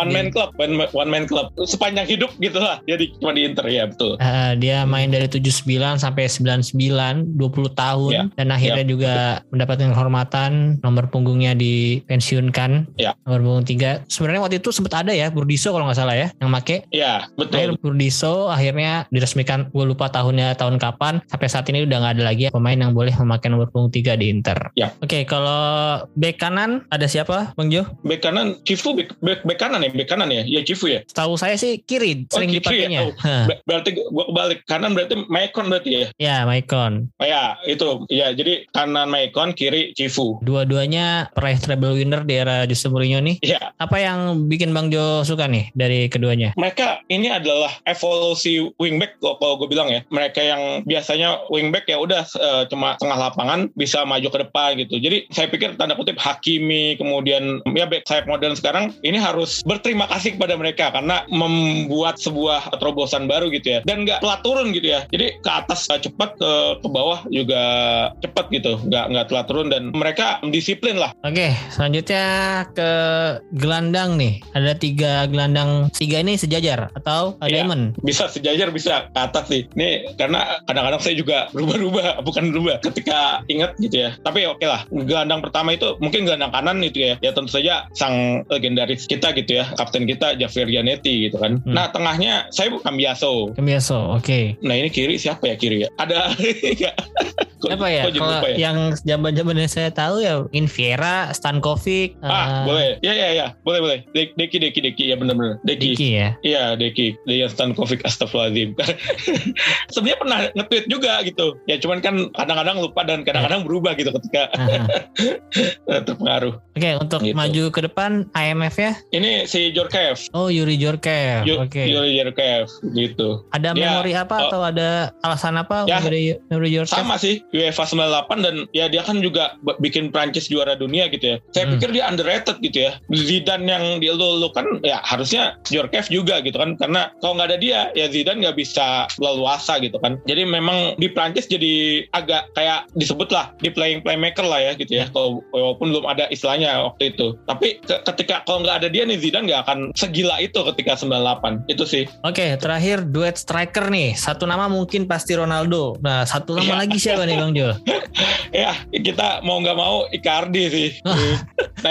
One man club. Sepanjang hidup gitu lah. Dia cuma di Inter ya, betul. Dia main dari 79 sampai 99, 20 tahun dan akhirnya juga mendapatkan kehormatan, nomor punggungnya dipensiunkan. Nomor punggung 3. Sebenarnya waktu itu sempat ada ya Burdisso kalau nggak salah ya yang make. Iya, betul. Akhir Burdisso akhirnya diresmikan, gue lupa tahun kapan. Sampai saat ini udah nggak ada lagi pemain yang boleh memakai nomor punggung 3 di Inter. Oke, kalau bek kanan ada siapa Bang Jo? Bek kanan Cifu, bek kanan ya. Ya Cifu ya. Setahu saya sih kiri sering dipakainya. Berarti gue kebalik, kanan berarti Maicon berarti ya. Ya, Maicon. Ya, itu. Ya, jadi kanan Maicon, kiri Cifu. Dua-duanya peraih treble winner di era Jose Mourinho nih. Iya. Apa yang bikin Bang Jo suka nih dari keduanya? Mereka ini adalah evolusi wingback kalau gue bilang ya. Mereka yang biasanya wingback ya udah cuma tengah lapangan bisa maju ke depan gitu. Jadi saya pikir tanda kutip Hakimi, kemudian ya back sayap modern sekarang ini harus berterima kasih kepada mereka karena membuat sebuah terobosan baru gitu ya. Dan nggak telat turun gitu ya. Jadi ke atas cepat, ke bawah juga cepat gitu. Nggak telat turun dan mereka disiplin lah. Oke, selanjutnya ke gelandang nih. Ada 3 gelandang. 3 ini sejajar atau diamond? Bisa sejajar, bisa ke atas sih. Ini karena kadang-kadang saya juga bukan berubah. Ketika ketika ingat gitu ya. Tapi oke lah, gelandang pertama itu mungkin gelandang kanan itu ya. Ya tentu saja sang legendaris kita gitu ya, kapten kita Javier Giannetti gitu kan. Nah tengahnya saya Cambiaso, oke. Nah ini kiri siapa ya kiri ya? Ada apa ya? Kalau yang zaman-zaman saya tahu ya Inviera, Stankovic. Boleh. Ya. Boleh. Deki ya benar-benar. Deki ya. Iya, Deki. Dia Stankovic, astagfirullahaladzim. Sebenarnya pernah nge-tweet juga gitu. Ya cuman kan kadang-kadang lupa dan kadang-kadang berubah gitu ketika terpengaruh. Oke, untuk gitu. Maju ke depan IMF ya. Ini si Djorkaeff. Oh, Yuri Djorkaeff. Oke. Yuri Djorkaeff gitu. Ada memori apa atau ada alasan apa ya, Yuri Djorkaeff? Sama sih, UEFA 98 dan ya dia kan juga bikin Prancis juara dunia gitu ya. Saya pikir dia underrated gitu ya. Zidane yang dielu-elukan ya harusnya Djorkaeff juga gitu kan, karena kalau nggak ada dia ya Zidane nggak bisa leluasa gitu kan. Jadi memang di Prancis jadi agak kayak disebut lah di playmaker lah ya gitu ya. Kalau walaupun belum ada istilahnya waktu itu. Tapi ketika kalau nggak ada dia nih Zidane nggak akan segila itu ketika 98 itu sih. Oke, terakhir duet striker nih. Satu nama mungkin pasti Ronaldo. Nah, satu nama lagi siapa nih Bang Jo? Ya, kita mau nggak mau Icardi sih. Nah,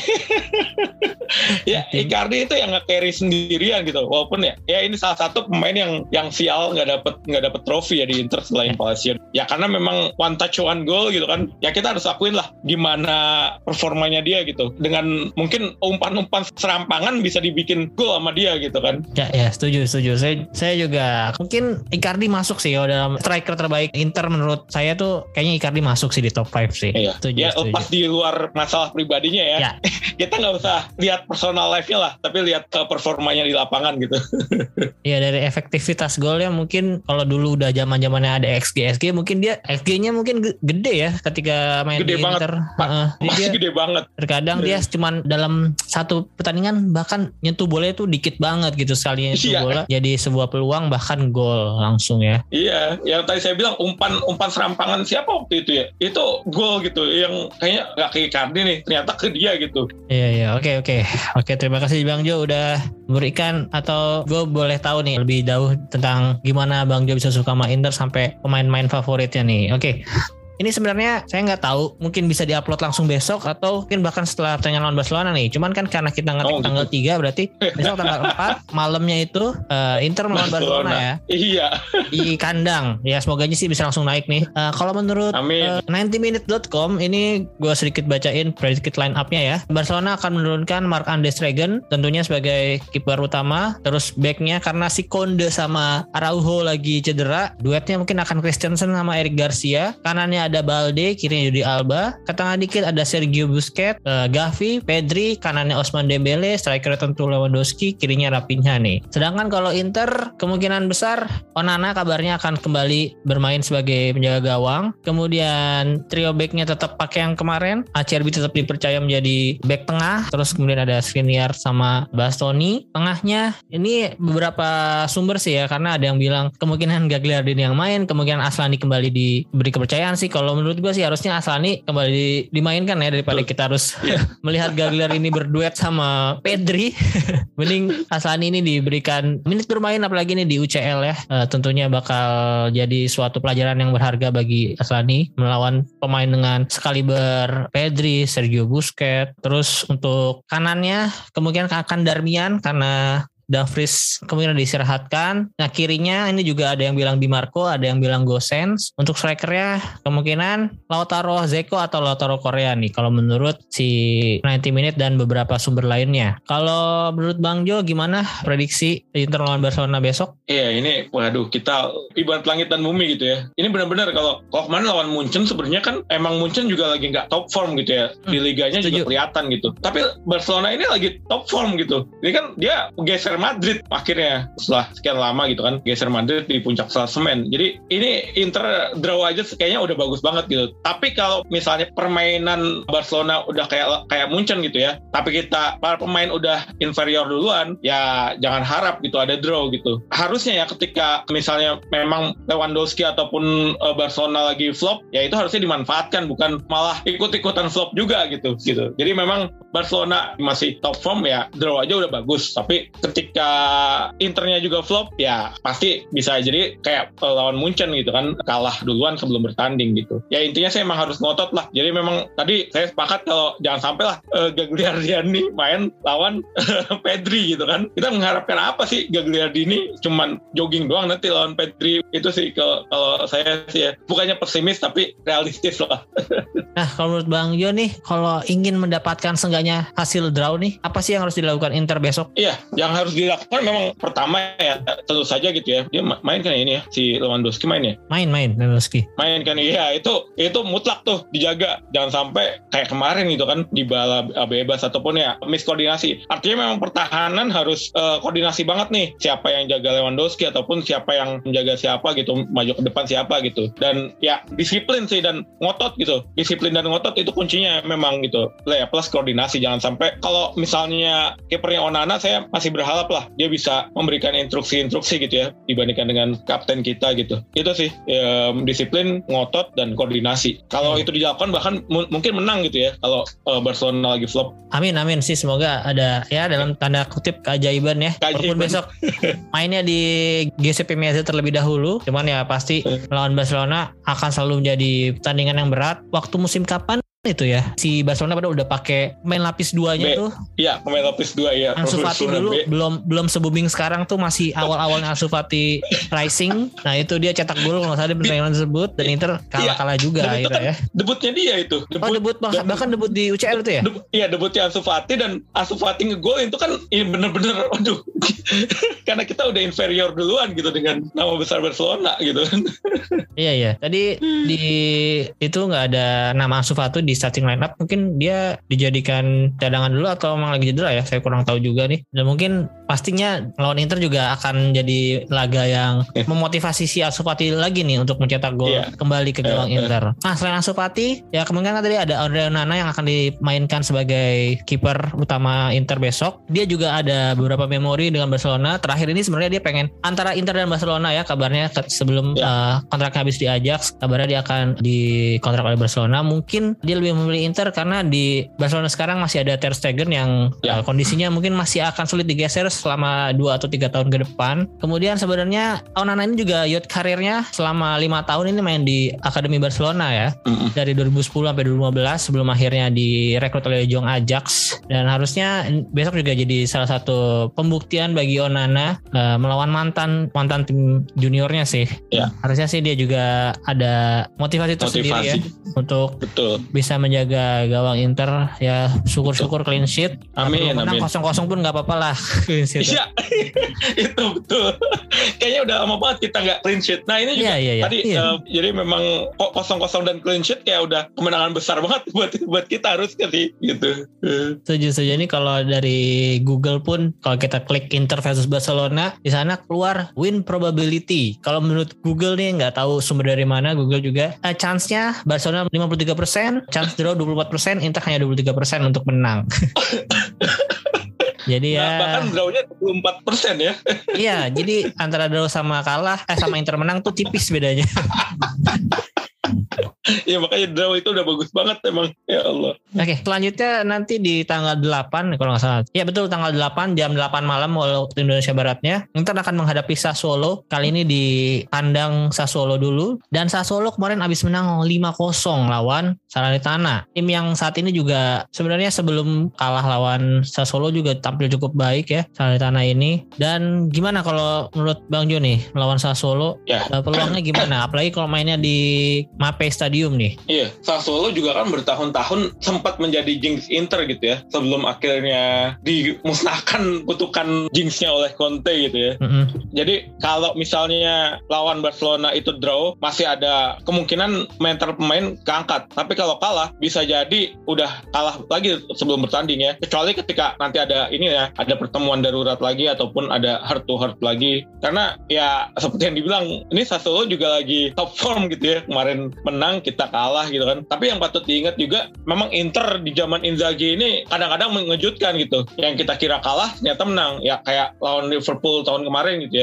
ya Icardi itu yang nge-carry sendirian gitu. Walaupun ya ini salah satu pemain yang sial nggak dapet trofi ya di Inter selain Palacio. Ya karena memang one touch one goal gitu kan. Ya kita harus akuin lah gimana performanya dia gitu. Dengan mungkin umpan-umpan serampangan bisa dibikin gol sama dia gitu kan. Ya setuju. Saya juga mungkin Icardi masuk sih dalam striker terbaik Inter menurut saya tuh kayaknya Icardi masuk sih di top 5 sih. Iya. Setuju. Lepas di luar masalah pribadinya ya. Kita nggak usah lihat personal life-nya lah, tapi lihat performanya di lapangan gitu. Iya, dari efektivitas golnya mungkin kalau dulu udah zaman-zamannya ada XG mungkin dia XG-nya mungkin gede ya ketika main gede di banget, Inter. Masih gede banget. Terkadang dia cuman dalam satu pertandingan bahkan nyentuh bola itu dikit banget gitu, sekali nyentuh bola jadi sebuah peluang bahkan gol langsung ya. Iya, yang tadi saya bilang umpan serampangan siapa waktu itu ya? Itu gol gitu yang kayaknya gak ke Icardi nih, ternyata ke dia gitu. Iya, oke, terima kasih Bang Jo udah memberikan, atau gue boleh tahu nih lebih jauh tentang gimana Bang Jo bisa suka sama Inter sampai pemain-pemain favoritnya nih. Oke. Ini sebenarnya saya nggak tahu, mungkin bisa diupload langsung besok atau mungkin bahkan setelah pertandingan lawan Barcelona nih. Cuman kan karena kita ngetik tanggal 3 berarti besok tanggal 4 malamnya itu Inter melawan Barcelona ya. Iya. Di kandang. Ya semoga aja sih bisa langsung naik nih. Kalau menurut 90minute.com ini gue sedikit bacain predicted line up-nya ya. Barcelona akan menurunkan Marc-André ter Stegen tentunya sebagai kiper utama. Terus back-nya karena si Konde sama Araujo lagi cedera, duetnya mungkin akan Christensen sama Eric Garcia. Kanannya ada Balde, kirinya Jordi Alba. Ke tengah dikit ada Sergio Busquets, Gavi, Pedri, kanannya Ousmane Dembele, striker tentu Lewandowski, kirinya Raphinha nih. Sedangkan kalau Inter kemungkinan besar Onana kabarnya akan kembali bermain sebagai penjaga gawang. Kemudian trio backnya tetap pakai yang kemarin. Acerbi tetap dipercaya menjadi back tengah. Terus kemudian ada Skriniar sama Bastoni. Tengahnya ini beberapa sumber sih ya, karena ada yang bilang kemungkinan Gagliardini yang main, kemungkinan Aslani kembali diberi kepercayaan sih. Kalau menurut gue sih harusnya Aslani kembali dimainkan ya, daripada kita harus melihat Gagliardini berduet sama Pedri. Mending Aslani ini diberikan menit bermain, apalagi ini di UCL ya. Tentunya bakal jadi suatu pelajaran yang berharga bagi Aslani melawan pemain dengan sekaliber Pedri, Sergio Busquets. Terus untuk kanannya kemungkinan akan Darmian karena Dumfries kemungkinan diistirahatkan. Nah kirinya ini juga ada yang bilang Di Marco, ada yang bilang Gosens. Untuk strikernya kemungkinan Lautaro Zeko atau Lautaro Korea nih kalau menurut si 90 Minute dan beberapa sumber lainnya. Kalau menurut Bang Jo gimana prediksi Inter lawan Barcelona besok? Iya ini waduh, kita ibarat langit dan bumi gitu ya. Ini benar-benar kalau kemarin lawan Munchen sebenarnya kan emang Munchen juga lagi gak top form gitu ya. Di liganya juga kelihatan gitu. Tapi Barcelona ini lagi top form gitu. Ini kan dia geser Madrid akhirnya setelah sekian lama gitu kan, geser Madrid di puncak klasemen. Jadi ini Inter draw aja kayaknya udah bagus banget gitu. Tapi kalau misalnya permainan Barcelona udah kayak Munchen gitu ya, tapi kita para pemain udah inferior duluan, ya jangan harap gitu ada draw gitu. Harusnya ya ketika misalnya memang Lewandowski ataupun Barcelona lagi flop, ya itu harusnya dimanfaatkan, bukan malah ikut-ikutan flop juga gitu. Jadi memang Barcelona masih top form ya, draw aja udah bagus. Tapi ketika ketika Internya juga flop, ya pasti bisa jadi kayak lawan Munchen gitu kan, kalah duluan sebelum bertanding gitu. Ya intinya saya emang harus ngotot lah. Jadi memang tadi saya sepakat kalau jangan sampai lah Gagliardini main lawan Pedri gitu kan. Kita mengharapkan apa sih Gagliardini cuman jogging doang nanti lawan Pedri. Itu sih kalau saya sih ya, bukannya pesimis tapi realistis lah. Nah, kalau menurut Bang Jo nih, kalau ingin mendapatkan seenggaknya hasil draw nih, apa sih yang harus dilakukan Inter besok? Iya, yang harus dilakukan memang pertama ya tentu saja gitu ya. Dia main kan ini ya, si Lewandowski main ya? Main Lewandowski. Main kan, iya itu mutlak tuh dijaga. Jangan sampai kayak kemarin gitu kan, Dybala bebas ataupun ya miskoordinasi. Artinya memang pertahanan harus koordinasi banget nih. Siapa yang jaga Lewandowski ataupun siapa yang menjaga siapa gitu, maju ke depan siapa gitu. Dan ya disiplin sih dan ngotot gitu. Disiplin dan ngotot itu kuncinya memang gitu. Ya plus koordinasi, jangan sampai kalau misalnya kipernya Onana, saya masih berharap lah dia bisa memberikan instruksi-instruksi gitu ya dibandingkan dengan kapten kita gitu. Itu sih disiplin, ngotot dan koordinasi. Kalau itu dilakukan bahkan mungkin menang gitu ya kalau Barcelona lagi flop. Amin sih, semoga ada ya dalam tanda kutip keajaiban ya. Walaupun besok mainnya di GCP Mezza terlebih dahulu, cuman ya pasti lawan Barcelona akan selalu menjadi pertandingan yang berat. Waktu musim kapan itu ya, si Barcelona pada udah pakai main lapis 2-nya tuh. Iya, pemain lapis 2 ya. Ansu Fati dulu belum se-booming sekarang tuh, masih awal-awalnya Ansu Fati rising. Nah, itu dia cetak gol kalau salah di pertandingan tersebut dan Inter kalah juga akhirnya kan, ya. Debutnya dia itu. Debut bahkan debut di UCL itu ya? Iya, debutnya Ansu Fati dan Ansu Fati ngegol itu kan bener-bener aduh. Karena kita udah inferior duluan gitu dengan nama besar Barcelona gitu kan. Iya. Tadi di itu nggak ada nama Ansu Fati di starting line up, mungkin dia dijadikan cadangan dulu atau memang lagi cedera ya, saya kurang tahu juga nih. Dan mungkin pastinya lawan Inter juga akan jadi laga yang memotivasi si Ansu Fati lagi nih untuk mencetak gol kembali ke gawang Inter. Nah, selain Ansu Fati ya kemungkinan tadi ada Andre Onana yang akan dimainkan sebagai kiper utama Inter besok. Dia juga ada beberapa memori dengan Barcelona. Terakhir ini sebenarnya dia pengen antara Inter dan Barcelona ya, kabarnya sebelum kontraknya habis di Ajax, kabarnya dia akan dikontrak oleh Barcelona. Mungkin dia lebih memilih Inter karena di Barcelona sekarang masih ada Ter Stegen yang kondisinya mungkin masih akan sulit digeser selama 2 atau 3 tahun ke depan. Kemudian sebenarnya Onana ini juga youth karirnya selama 5 tahun ini main di Akademi Barcelona ya. Dari 2010 sampai 2015 sebelum akhirnya direkrut oleh Jong Ajax, dan harusnya besok juga jadi salah satu pembuktian bagi Onana melawan mantan tim juniornya sih. Harusnya sih dia juga ada motivasi tersendiri ya untuk bisa menjaga gawang Inter ya. Syukur-syukur clean sheet. Amin. Menang 0-0 pun nggak apa-apa lah clean sheet. Iya, itu betul. Kayaknya udah lama banget kita nggak clean sheet. Nah ini juga tadi jadi memang 0-0 dan clean sheet kayak udah kemenangan besar banget buat kita harusnya sih gitu. Setuju ini kalau dari Google pun kalau kita klik Inter versus Barcelona, di sana keluar win probability. Kalau menurut Google nih, nggak tahu sumber dari mana Google juga, chance-nya Barcelona 53%, chance draw 24%, Inter hanya 23% untuk menang. Jadi ya bahkan drawnya 24% ya. Iya, jadi antara draw sama kalah sama Inter menang tuh tipis bedanya. Ya makanya draw itu udah bagus banget emang. Ya Allah. Oke, selanjutnya nanti di tanggal 8 kalau nggak salah. Ya betul, tanggal 8 jam 8 malam waktu Indonesia Baratnya, Inter akan menghadapi Sassuolo. Kali ini di kandang Sassuolo dulu. Dan Sassuolo kemarin abis menang 5-0 lawan Salernitana. Tim yang saat ini juga sebenarnya sebelum kalah lawan Sassuolo juga tampil cukup baik ya Salernitana ini. Dan gimana kalau menurut Bang Jo nih melawan Sassuolo? Peluangnya gimana? Apalagi kalau mainnya di Mapei Stadium nih. Iya, Sassuolo juga kan bertahun-tahun sempat menjadi jinx Inter gitu ya, sebelum akhirnya dimusnahkan kutukan jinxnya oleh Conte gitu ya. Jadi kalau misalnya lawan Barcelona itu draw, masih ada kemungkinan mental pemain keangkat. Tapi kalau kalah, bisa jadi udah kalah lagi sebelum bertanding ya. Kecuali ketika nanti ada ini ya, ada pertemuan darurat lagi ataupun ada heart to heart lagi. Karena ya seperti yang dibilang, ini Sassuolo juga lagi top form gitu ya. Kemarin menang, kita kalah gitu kan. Tapi yang patut diingat juga, memang Inter di zaman Inzaghi ini kadang-kadang mengejutkan gitu. Yang kita kira kalah ternyata menang. Ya kayak lawan Liverpool tahun kemarin gitu ya.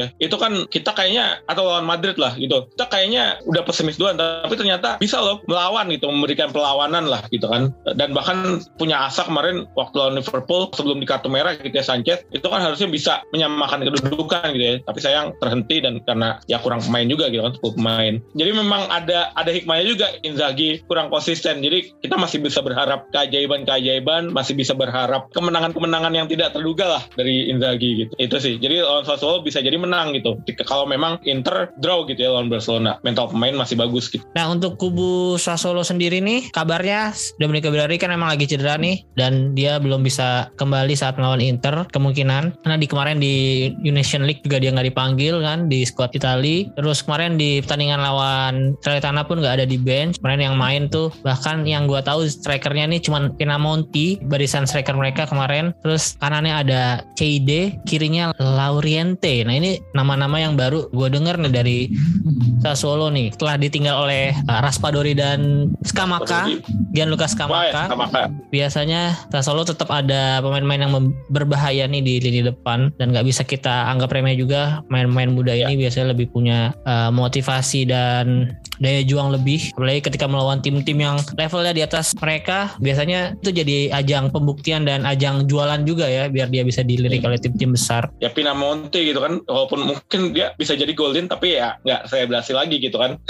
ya. Itu kan kita kayaknya, atau lawan Madrid lah gitu, kita kayaknya udah pesimis duluan, tapi ternyata bisa loh melawan gitu, memberikan perlawanan lah gitu kan. Dan bahkan punya asa kemarin waktu lawan Liverpool sebelum di kartu merah gitu ya, Sanchez itu kan harusnya bisa menyamakan kedudukan gitu ya, tapi sayang terhenti dan karena ya kurang pemain juga gitu kan, 10 pemain. Jadi memang ada hikmahnya juga Inzaghi kurang konsisten. Jadi kita masih bisa berharap keajaiban, masih bisa berharap kemenangan-kemenangan yang tidak terduga lah dari Inzaghi gitu. Itu sih. Jadi lawan Sassuolo bisa jadi menang gitu. Kalau memang Inter draw gitu ya lawan Barcelona. Mental pemain masih bagus gitu. Nah, untuk kubu Sassuolo sendiri nih, kabarnya Domenico Berardi kan memang lagi cedera nih, dan dia belum bisa kembali saat melawan Inter kemungkinan. Karena kemarin di Nation League juga dia nggak dipanggil kan di skuad Itali. Terus kemarin di pertandingan lawan Salernitana pun nggak ada di bench. Kemarin yang main tuh bahkan yang gue tahu strikernya nih cuman Pinamonti, barisan striker mereka kemarin. Terus kanannya ada Ceide, kirinya Lauriente. Nah, ini nama-nama yang baru gue denger nih dari Sassuolo nih, setelah ditinggal oleh Raspadori dan Gianluca Scamacca. Biasanya Sassuolo tetap ada pemain-pemain yang berbahaya nih di lini depan, dan nggak bisa kita anggap remeh juga. Main-main muda ini biasanya lebih punya motivasi dan daya juang lebih, apalagi ketika melawan tim-tim yang levelnya di atas mereka. Biasanya itu jadi ajang pembuktian dan ajang jualan juga ya, biar dia bisa dilirik oleh tim-tim besar. Ya Pinamonti gitu kan, walaupun mungkin dia bisa jadi golin, tapi ya nggak saya berhasil lagi gitu kan.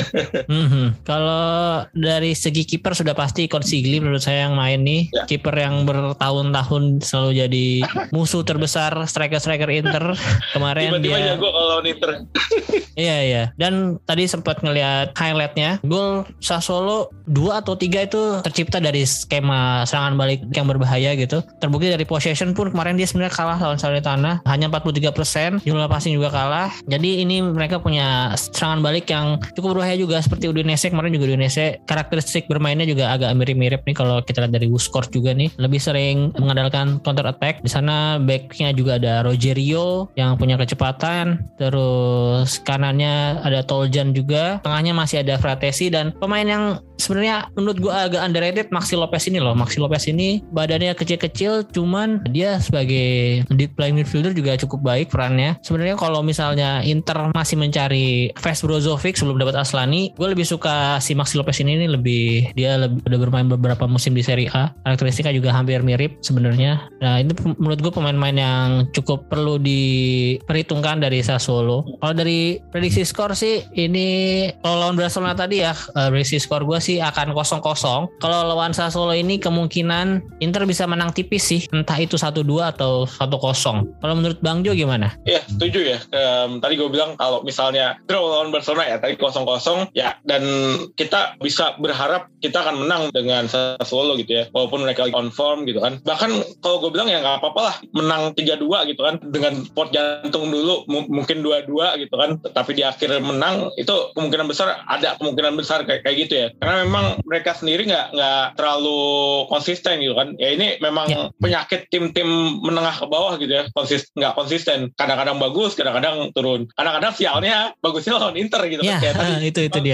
Kalau dari segi kiper sudah pasti Consigli menurut saya yang main nih. Kiper yang bertahun-tahun selalu jadi musuh terbesar striker Inter. Kemarin tiba-tiba dia jago kalau Inter. Iya. Dan tadi sempat ngelihat highlightnya, gol Sassuolo 2 atau 3 itu tercipta dari skema serangan balik yang berbahaya gitu. Terbukti dari possession pun kemarin dia sebenarnya kalah lawan Salernitana, hanya 43%, jumlah passing juga kalah. Jadi ini mereka punya serangan balik yang cukup berbahaya juga, seperti Udinese kemarin juga. Udinese karakteristik bermainnya juga agak mirip-mirip nih kalau kita lihat dari WhoScored juga nih, lebih sering mengandalkan counter attack. Di sana backnya juga ada Rogerio yang punya kecepatan, terus kanannya ada Toljan juga, tengahnya masih ada Fratesi, dan pemain yang sebenarnya menurut gue agak underrated Maxi Lopez ini loh. Maxi Lopez ini badannya kecil-kecil, cuman dia sebagai deep playing midfielder juga cukup baik perannya. Sebenarnya kalau misalnya Inter masih mencari Fast Brozovic sebelum dapat Aslani, gue lebih suka si Maxi Lopez ini udah bermain beberapa musim di Serie A. Karakteristiknya juga hampir mirip sebenarnya. Nah, ini menurut gue pemain-pemain yang cukup perlu diperhitungkan dari Sassuolo. Kalau dari prediksi skor sih, ini kalau lawan Barcelona tadi ya, prediksi skor gue sih akan 0-0. Kalau lawan Sassuolo ini kemungkinan Inter bisa menang tipis sih, entah itu 1-2 atau 1-0. Kalau menurut Bang Jo gimana? Ya, setuju ya. Tadi gue bilang kalau misalnya draw lawan Barcelona ya tadi 0-0 ya, dan kita bisa berharap kita akan menang dengan Sassuolo gitu ya, walaupun mereka lagi on form gitu kan. Bahkan kalau gue bilang ya nggak apa-apa lah menang 3-2 gitu kan, dengan pot jantung dulu mungkin 2-2 gitu kan, tapi di akhir menang itu kemungkinan besar kayak gitu ya, karena memang mereka sendiri nggak terlalu konsisten gitu kan ya. Ini memang penyakit tim-tim menengah ke bawah gitu ya, nggak konsisten, kadang-kadang bagus, kadang-kadang turun, kadang-kadang sialnya bagusnya lawan Inter gitu kan kayak tadi. Itu dia.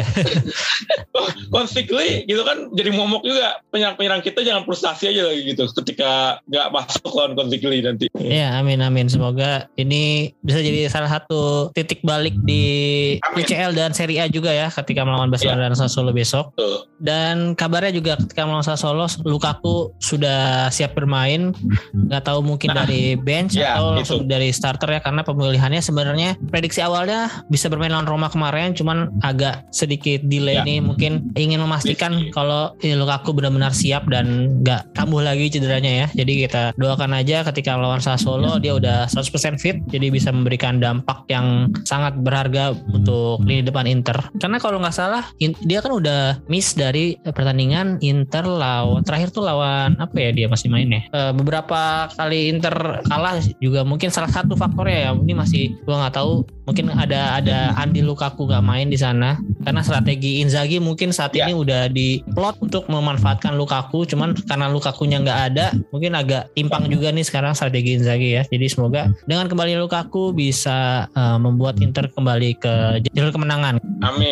Constantly gitu kan, jadi momok juga penyerang kita, jangan frustasi aja lagi gitu ketika nggak masuk lawan Constantly nanti. Ya, amin. Semoga ini bisa jadi salah satu titik balik di UCL dan Serie A juga ya, ketika melawan Barcelona dan Sassuolo besok. Dan kabarnya juga ketika melawan Sassuolo, Lukaku sudah siap bermain. Nggak tahu mungkin dari bench atau langsung dari starter ya, karena pemilihannya sebenarnya prediksi awalnya bisa bermain lawan Roma kemarin, cuman agak sedikit delay nih, mungkin ingin memastikan kalau Lukaku benar-benar siap dan nggak kambuh lagi cederanya ya. Jadi kita doakan aja ketika melawan Sassuolo dia udah 100% fit, jadi bisa memberikan dampak yang sangat berharga untuk lini depan Inter. Karena kalau nggak salah dia kan udah miss dari pertandingan Inter terakhir tuh lawan apa ya, dia masih main ya. Beberapa kali Inter kalah juga, mungkin salah satu faktornya ya. Ini masih gua nggak tahu, mungkin ada Andi Lukaku nggak main di sana karena strategi Inzaghi mungkin saat ini udah diplot untuk memanfaatkan Lukaku, cuman karena Lukakunya nggak ada, mungkin agak timpang juga nih sekarang strategi Inzaghi ya. Jadi semoga dengan kembali Lukaku bisa membuat Inter kembali ke jalur kemenangan. Amin.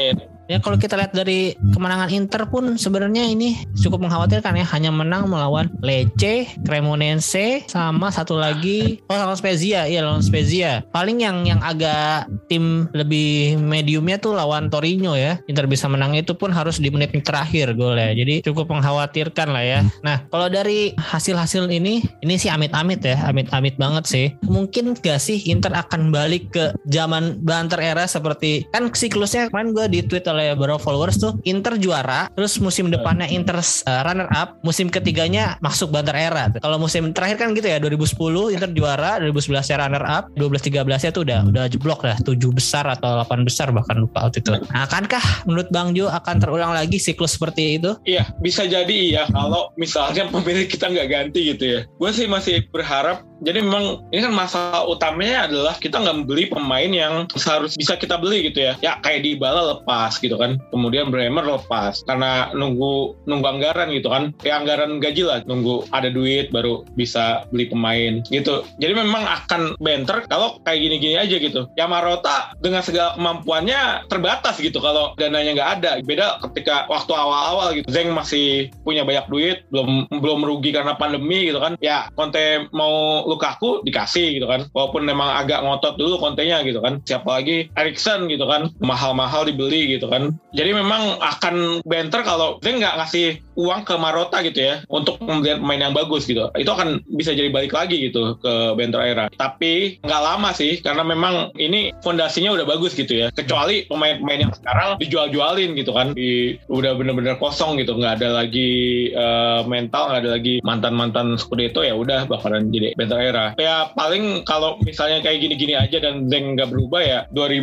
Ya kalau kita lihat dari kemenangan Inter pun sebenarnya ini cukup mengkhawatirkan ya, hanya menang melawan Lecce, Cremonese, sama satu lagi lawan Spezia. Iya, lawan Spezia. Paling yang agak tim lebih mediumnya tuh lawan Torino ya. Inter bisa menang itu pun harus di menit terakhir golnya. Jadi cukup mengkhawatirkan lah ya. Nah, kalau dari hasil-hasil ini sih amit-amit ya, amit-amit banget sih. Mungkin gak sih Inter akan balik ke zaman banter era seperti kan siklusnya kemarin gue di tweet oleh beberapa followers tuh, Inter juara, terus musim depannya Inter runner up, musim ketiganya masuk banter era. Kalau musim terakhir kan gitu ya, 2010 Inter juara, 2011 ya runner up, 12-13 nya tuh udah jeblok dah, 7 besar atau 8 besar bahkan lupa waktu itu. Nah, akankah menurut Bang Jo akan terulang lagi siklus seperti itu? Iya, bisa jadi iya kalau misalnya pemilik kita nggak ganti gitu ya. Gue sih masih berharap. Jadi memang ini kan masalah utamanya adalah kita nggak beli pemain yang seharus bisa kita beli gitu ya. Ya kayak Dybala lepas gitu kan. Kemudian Bremer lepas karena nunggu anggaran gitu kan. Ya anggaran gaji lah, nunggu ada duit baru bisa beli pemain gitu. Jadi memang akan banter kalau kayak gini-gini aja gitu. Ya Marotta dengan segala kemampuannya terbatas gitu kalau dananya nggak ada. Beda ketika waktu awal-awal gitu. Zeng masih punya banyak duit, belum merugi karena pandemi gitu kan. Ya Conte mau Lukaku dikasih gitu kan, walaupun memang agak ngotot dulu Conte-nya gitu kan, siapa lagi Eriksen gitu kan, mahal-mahal dibeli gitu kan. Jadi memang akan banter kalau dia nggak ngasih uang ke Marotta gitu ya untuk membeli pemain yang bagus gitu. Itu akan bisa jadi balik lagi gitu ke banter era. Tapi nggak lama sih, karena memang ini fondasinya udah bagus gitu ya. Kecuali pemain-pemain yang sekarang dijual-jualin gitu kan, udah bener-bener kosong gitu, nggak ada lagi mental, nggak ada lagi mantan-mantan Scudetto, ya udah bakalan jadi banter era. Ya paling kalau misalnya kayak gini-gini aja dan Zeng nggak berubah ya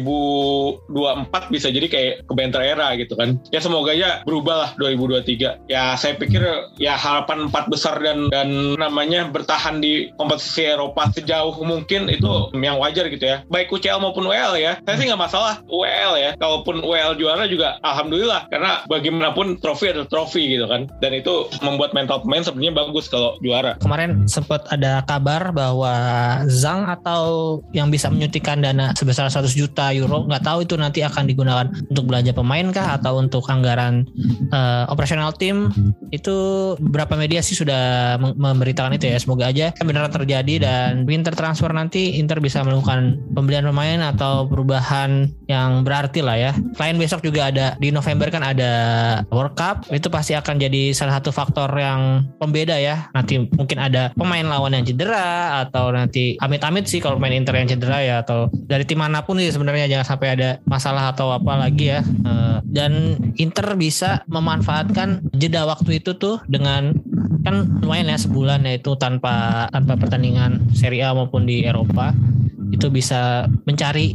2024 bisa jadi kayak ke banter era gitu kan. Ya semoga aja berubah lah 2023. Ya saya pikir ya harapan 4 besar dan namanya bertahan di kompetisi Eropa sejauh mungkin itu yang wajar gitu ya. Baik UCL maupun UEL ya. Saya sih nggak masalah UEL ya. Kalaupun UEL juara juga alhamdulillah, karena bagaimanapun trofi adalah trofi gitu kan. Dan itu membuat mental pemain sebenarnya bagus kalau juara. Kemarin sempat ada kabar bahwa Zhang atau yang bisa menyuntikkan dana sebesar 100 juta euro, nggak tahu itu nanti akan digunakan untuk belanja pemain kah atau untuk anggaran operasional tim. Itu beberapa media sih sudah memberitakan itu ya. Semoga aja beneran terjadi dan winter transfer nanti Inter bisa melakukan pembelian pemain atau perubahan yang berarti lah ya. Selain besok juga ada di November kan ada World Cup, itu pasti akan jadi salah satu faktor yang pembeda ya. Nanti mungkin ada pemain lawan yang cedera, atau nanti amit-amit sih kalau main Inter yang cedera ya, atau dari tim manapun sih sebenarnya jangan sampai ada masalah atau apa lagi ya. Dan Inter bisa memanfaatkan jeda waktu itu tuh dengan kan lumayan ya sebulan ya itu tanpa pertandingan Serie A maupun di Eropa, itu bisa mencari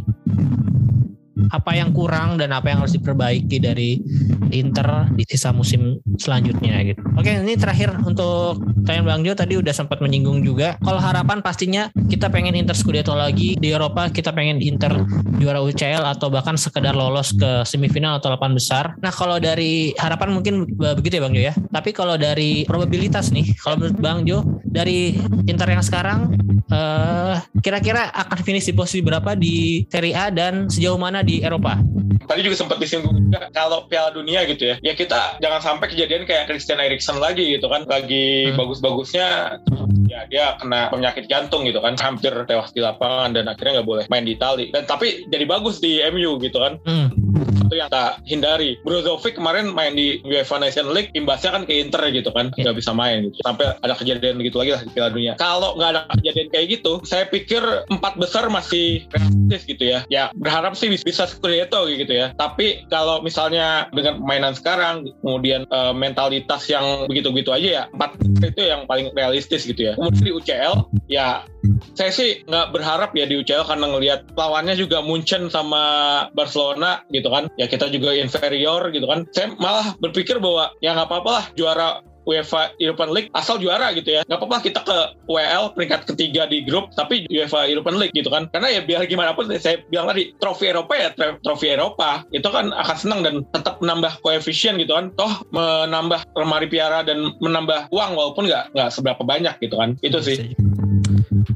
apa yang kurang dan apa yang harus diperbaiki dari Inter di sisa musim selanjutnya gitu. Oke, ini terakhir untuk tanya Bang Jo, tadi udah sempat menyinggung juga. Kalau harapan pastinya kita pengen Inter Scudetto lagi di Eropa, kita pengen Inter juara UCL atau bahkan sekedar lolos ke semifinal atau 8 besar. Nah, kalau dari harapan mungkin begitu ya Bang Jo ya. Tapi kalau dari probabilitas nih, kalau menurut Bang Jo dari Inter yang sekarang kira-kira akan finish di posisi berapa di Serie A dan sejauh mana di Eropa? Tadi juga sempat disinggung juga kalau Piala Dunia gitu ya. Ya kita jangan sampai kejadian kayak Christian Eriksen lagi gitu kan. Lagi bagus-bagusnya ya dia kena penyakit jantung gitu kan. Hampir tewas di lapangan dan akhirnya nggak boleh main di Itali. Dan tapi jadi bagus di MU gitu kan. Itu yang tak hindari. Brozovic kemarin main di UEFA Nations League, imbasnya kan ke Inter gitu kan. Nggak bisa main gitu. Sampai ada kejadian gitu lagi lah di Piala Dunia. Kalau nggak ada kejadian kayak gitu, saya pikir 4 besar masih realistis gitu ya. Ya berharap sih bisa Scudetto gitu ya. Tapi kalau misalnya dengan permainan sekarang, kemudian mentalitas yang begitu-begitu aja ya, 4 itu yang paling realistis gitu ya. Kemudian di UCL, ya saya sih nggak berharap ya di UCL karena ngelihat lawannya juga Munchen sama Barcelona gitu kan. Ya kita juga inferior gitu kan. Saya malah berpikir bahwa ya nggak apa-apa lah juara UEFA European League asal juara gitu ya. Gak apa-apa kita ke UEL peringkat ketiga di grup tapi UEFA European League gitu kan. Karena ya biar gimana pun saya bilang tadi trofi Eropa ya trofi Eropa. Itu kan akan senang dan tetap menambah koefisien gitu kan. Toh menambah lemari piala dan menambah uang walaupun gak seberapa banyak gitu kan. Itu sih.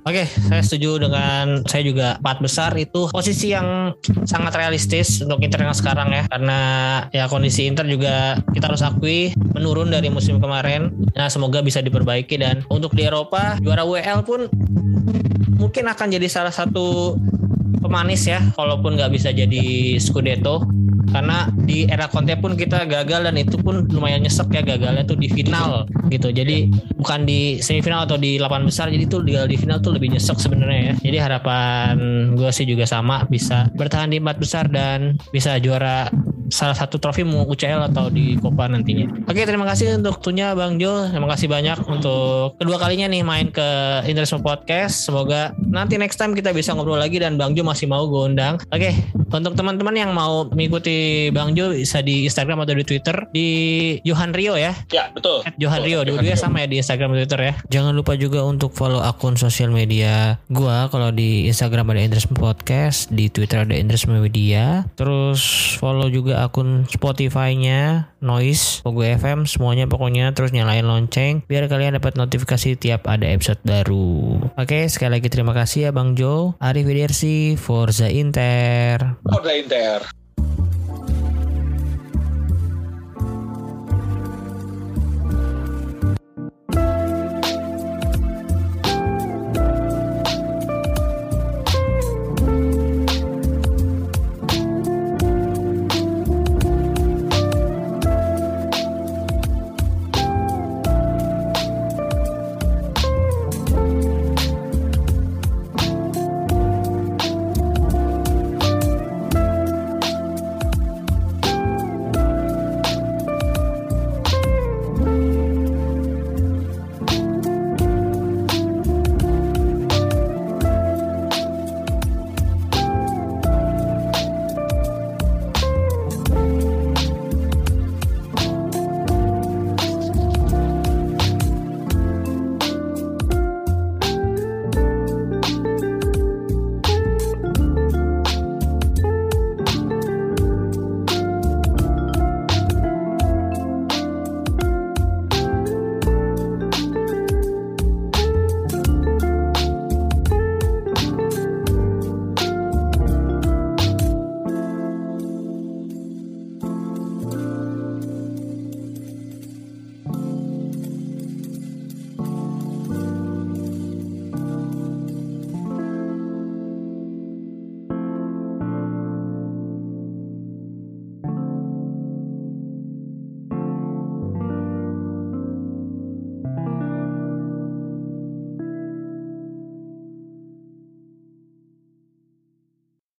Oke, saya setuju dengan saya juga 4 besar itu posisi yang sangat realistis untuk Inter yang sekarang ya. Karena ya kondisi Inter juga kita harus akui menurun dari musim kemarin. Nah, semoga bisa diperbaiki dan untuk di Eropa juara WL pun mungkin akan jadi salah satu pemanis ya, walaupun nggak bisa jadi Scudetto. Karena di era Conte pun kita gagal dan itu pun lumayan nyesek ya, gagalnya tuh di final gitu. Jadi bukan di semifinal atau di 8 besar, jadi tuh di final tuh lebih nyesek sebenarnya ya. Jadi harapan gue sih juga sama, bisa bertahan di 4 besar dan bisa juara salah satu trofi mau UCL atau di Copa nantinya. Oke, terima kasih untuk waktunya Bang Jo. Terima kasih banyak untuk kedua kalinya nih main ke Interisme Podcast. Semoga nanti next time kita bisa ngobrol lagi dan Bang Jo masih mau gue undang. Oke, untuk teman-teman yang mau mengikuti Bang Jo bisa di Instagram atau di Twitter di Johan Rio ya. Ya, betul. Johan Rio, dua-duanya sama ya di Instagram dan Twitter ya. Jangan lupa juga untuk follow akun sosial media gua. Kalau di Instagram ada Interisme Podcast, di Twitter ada Interisme Media. Terus follow juga akun Spotify-nya Noise, Pogo FM, semuanya pokoknya. Terus nyalain lonceng biar kalian dapat notifikasi tiap ada episode baru. Oke, sekali lagi terima kasih ya Bang Jo. Arrivederci, Forza Inter. Forza Inter.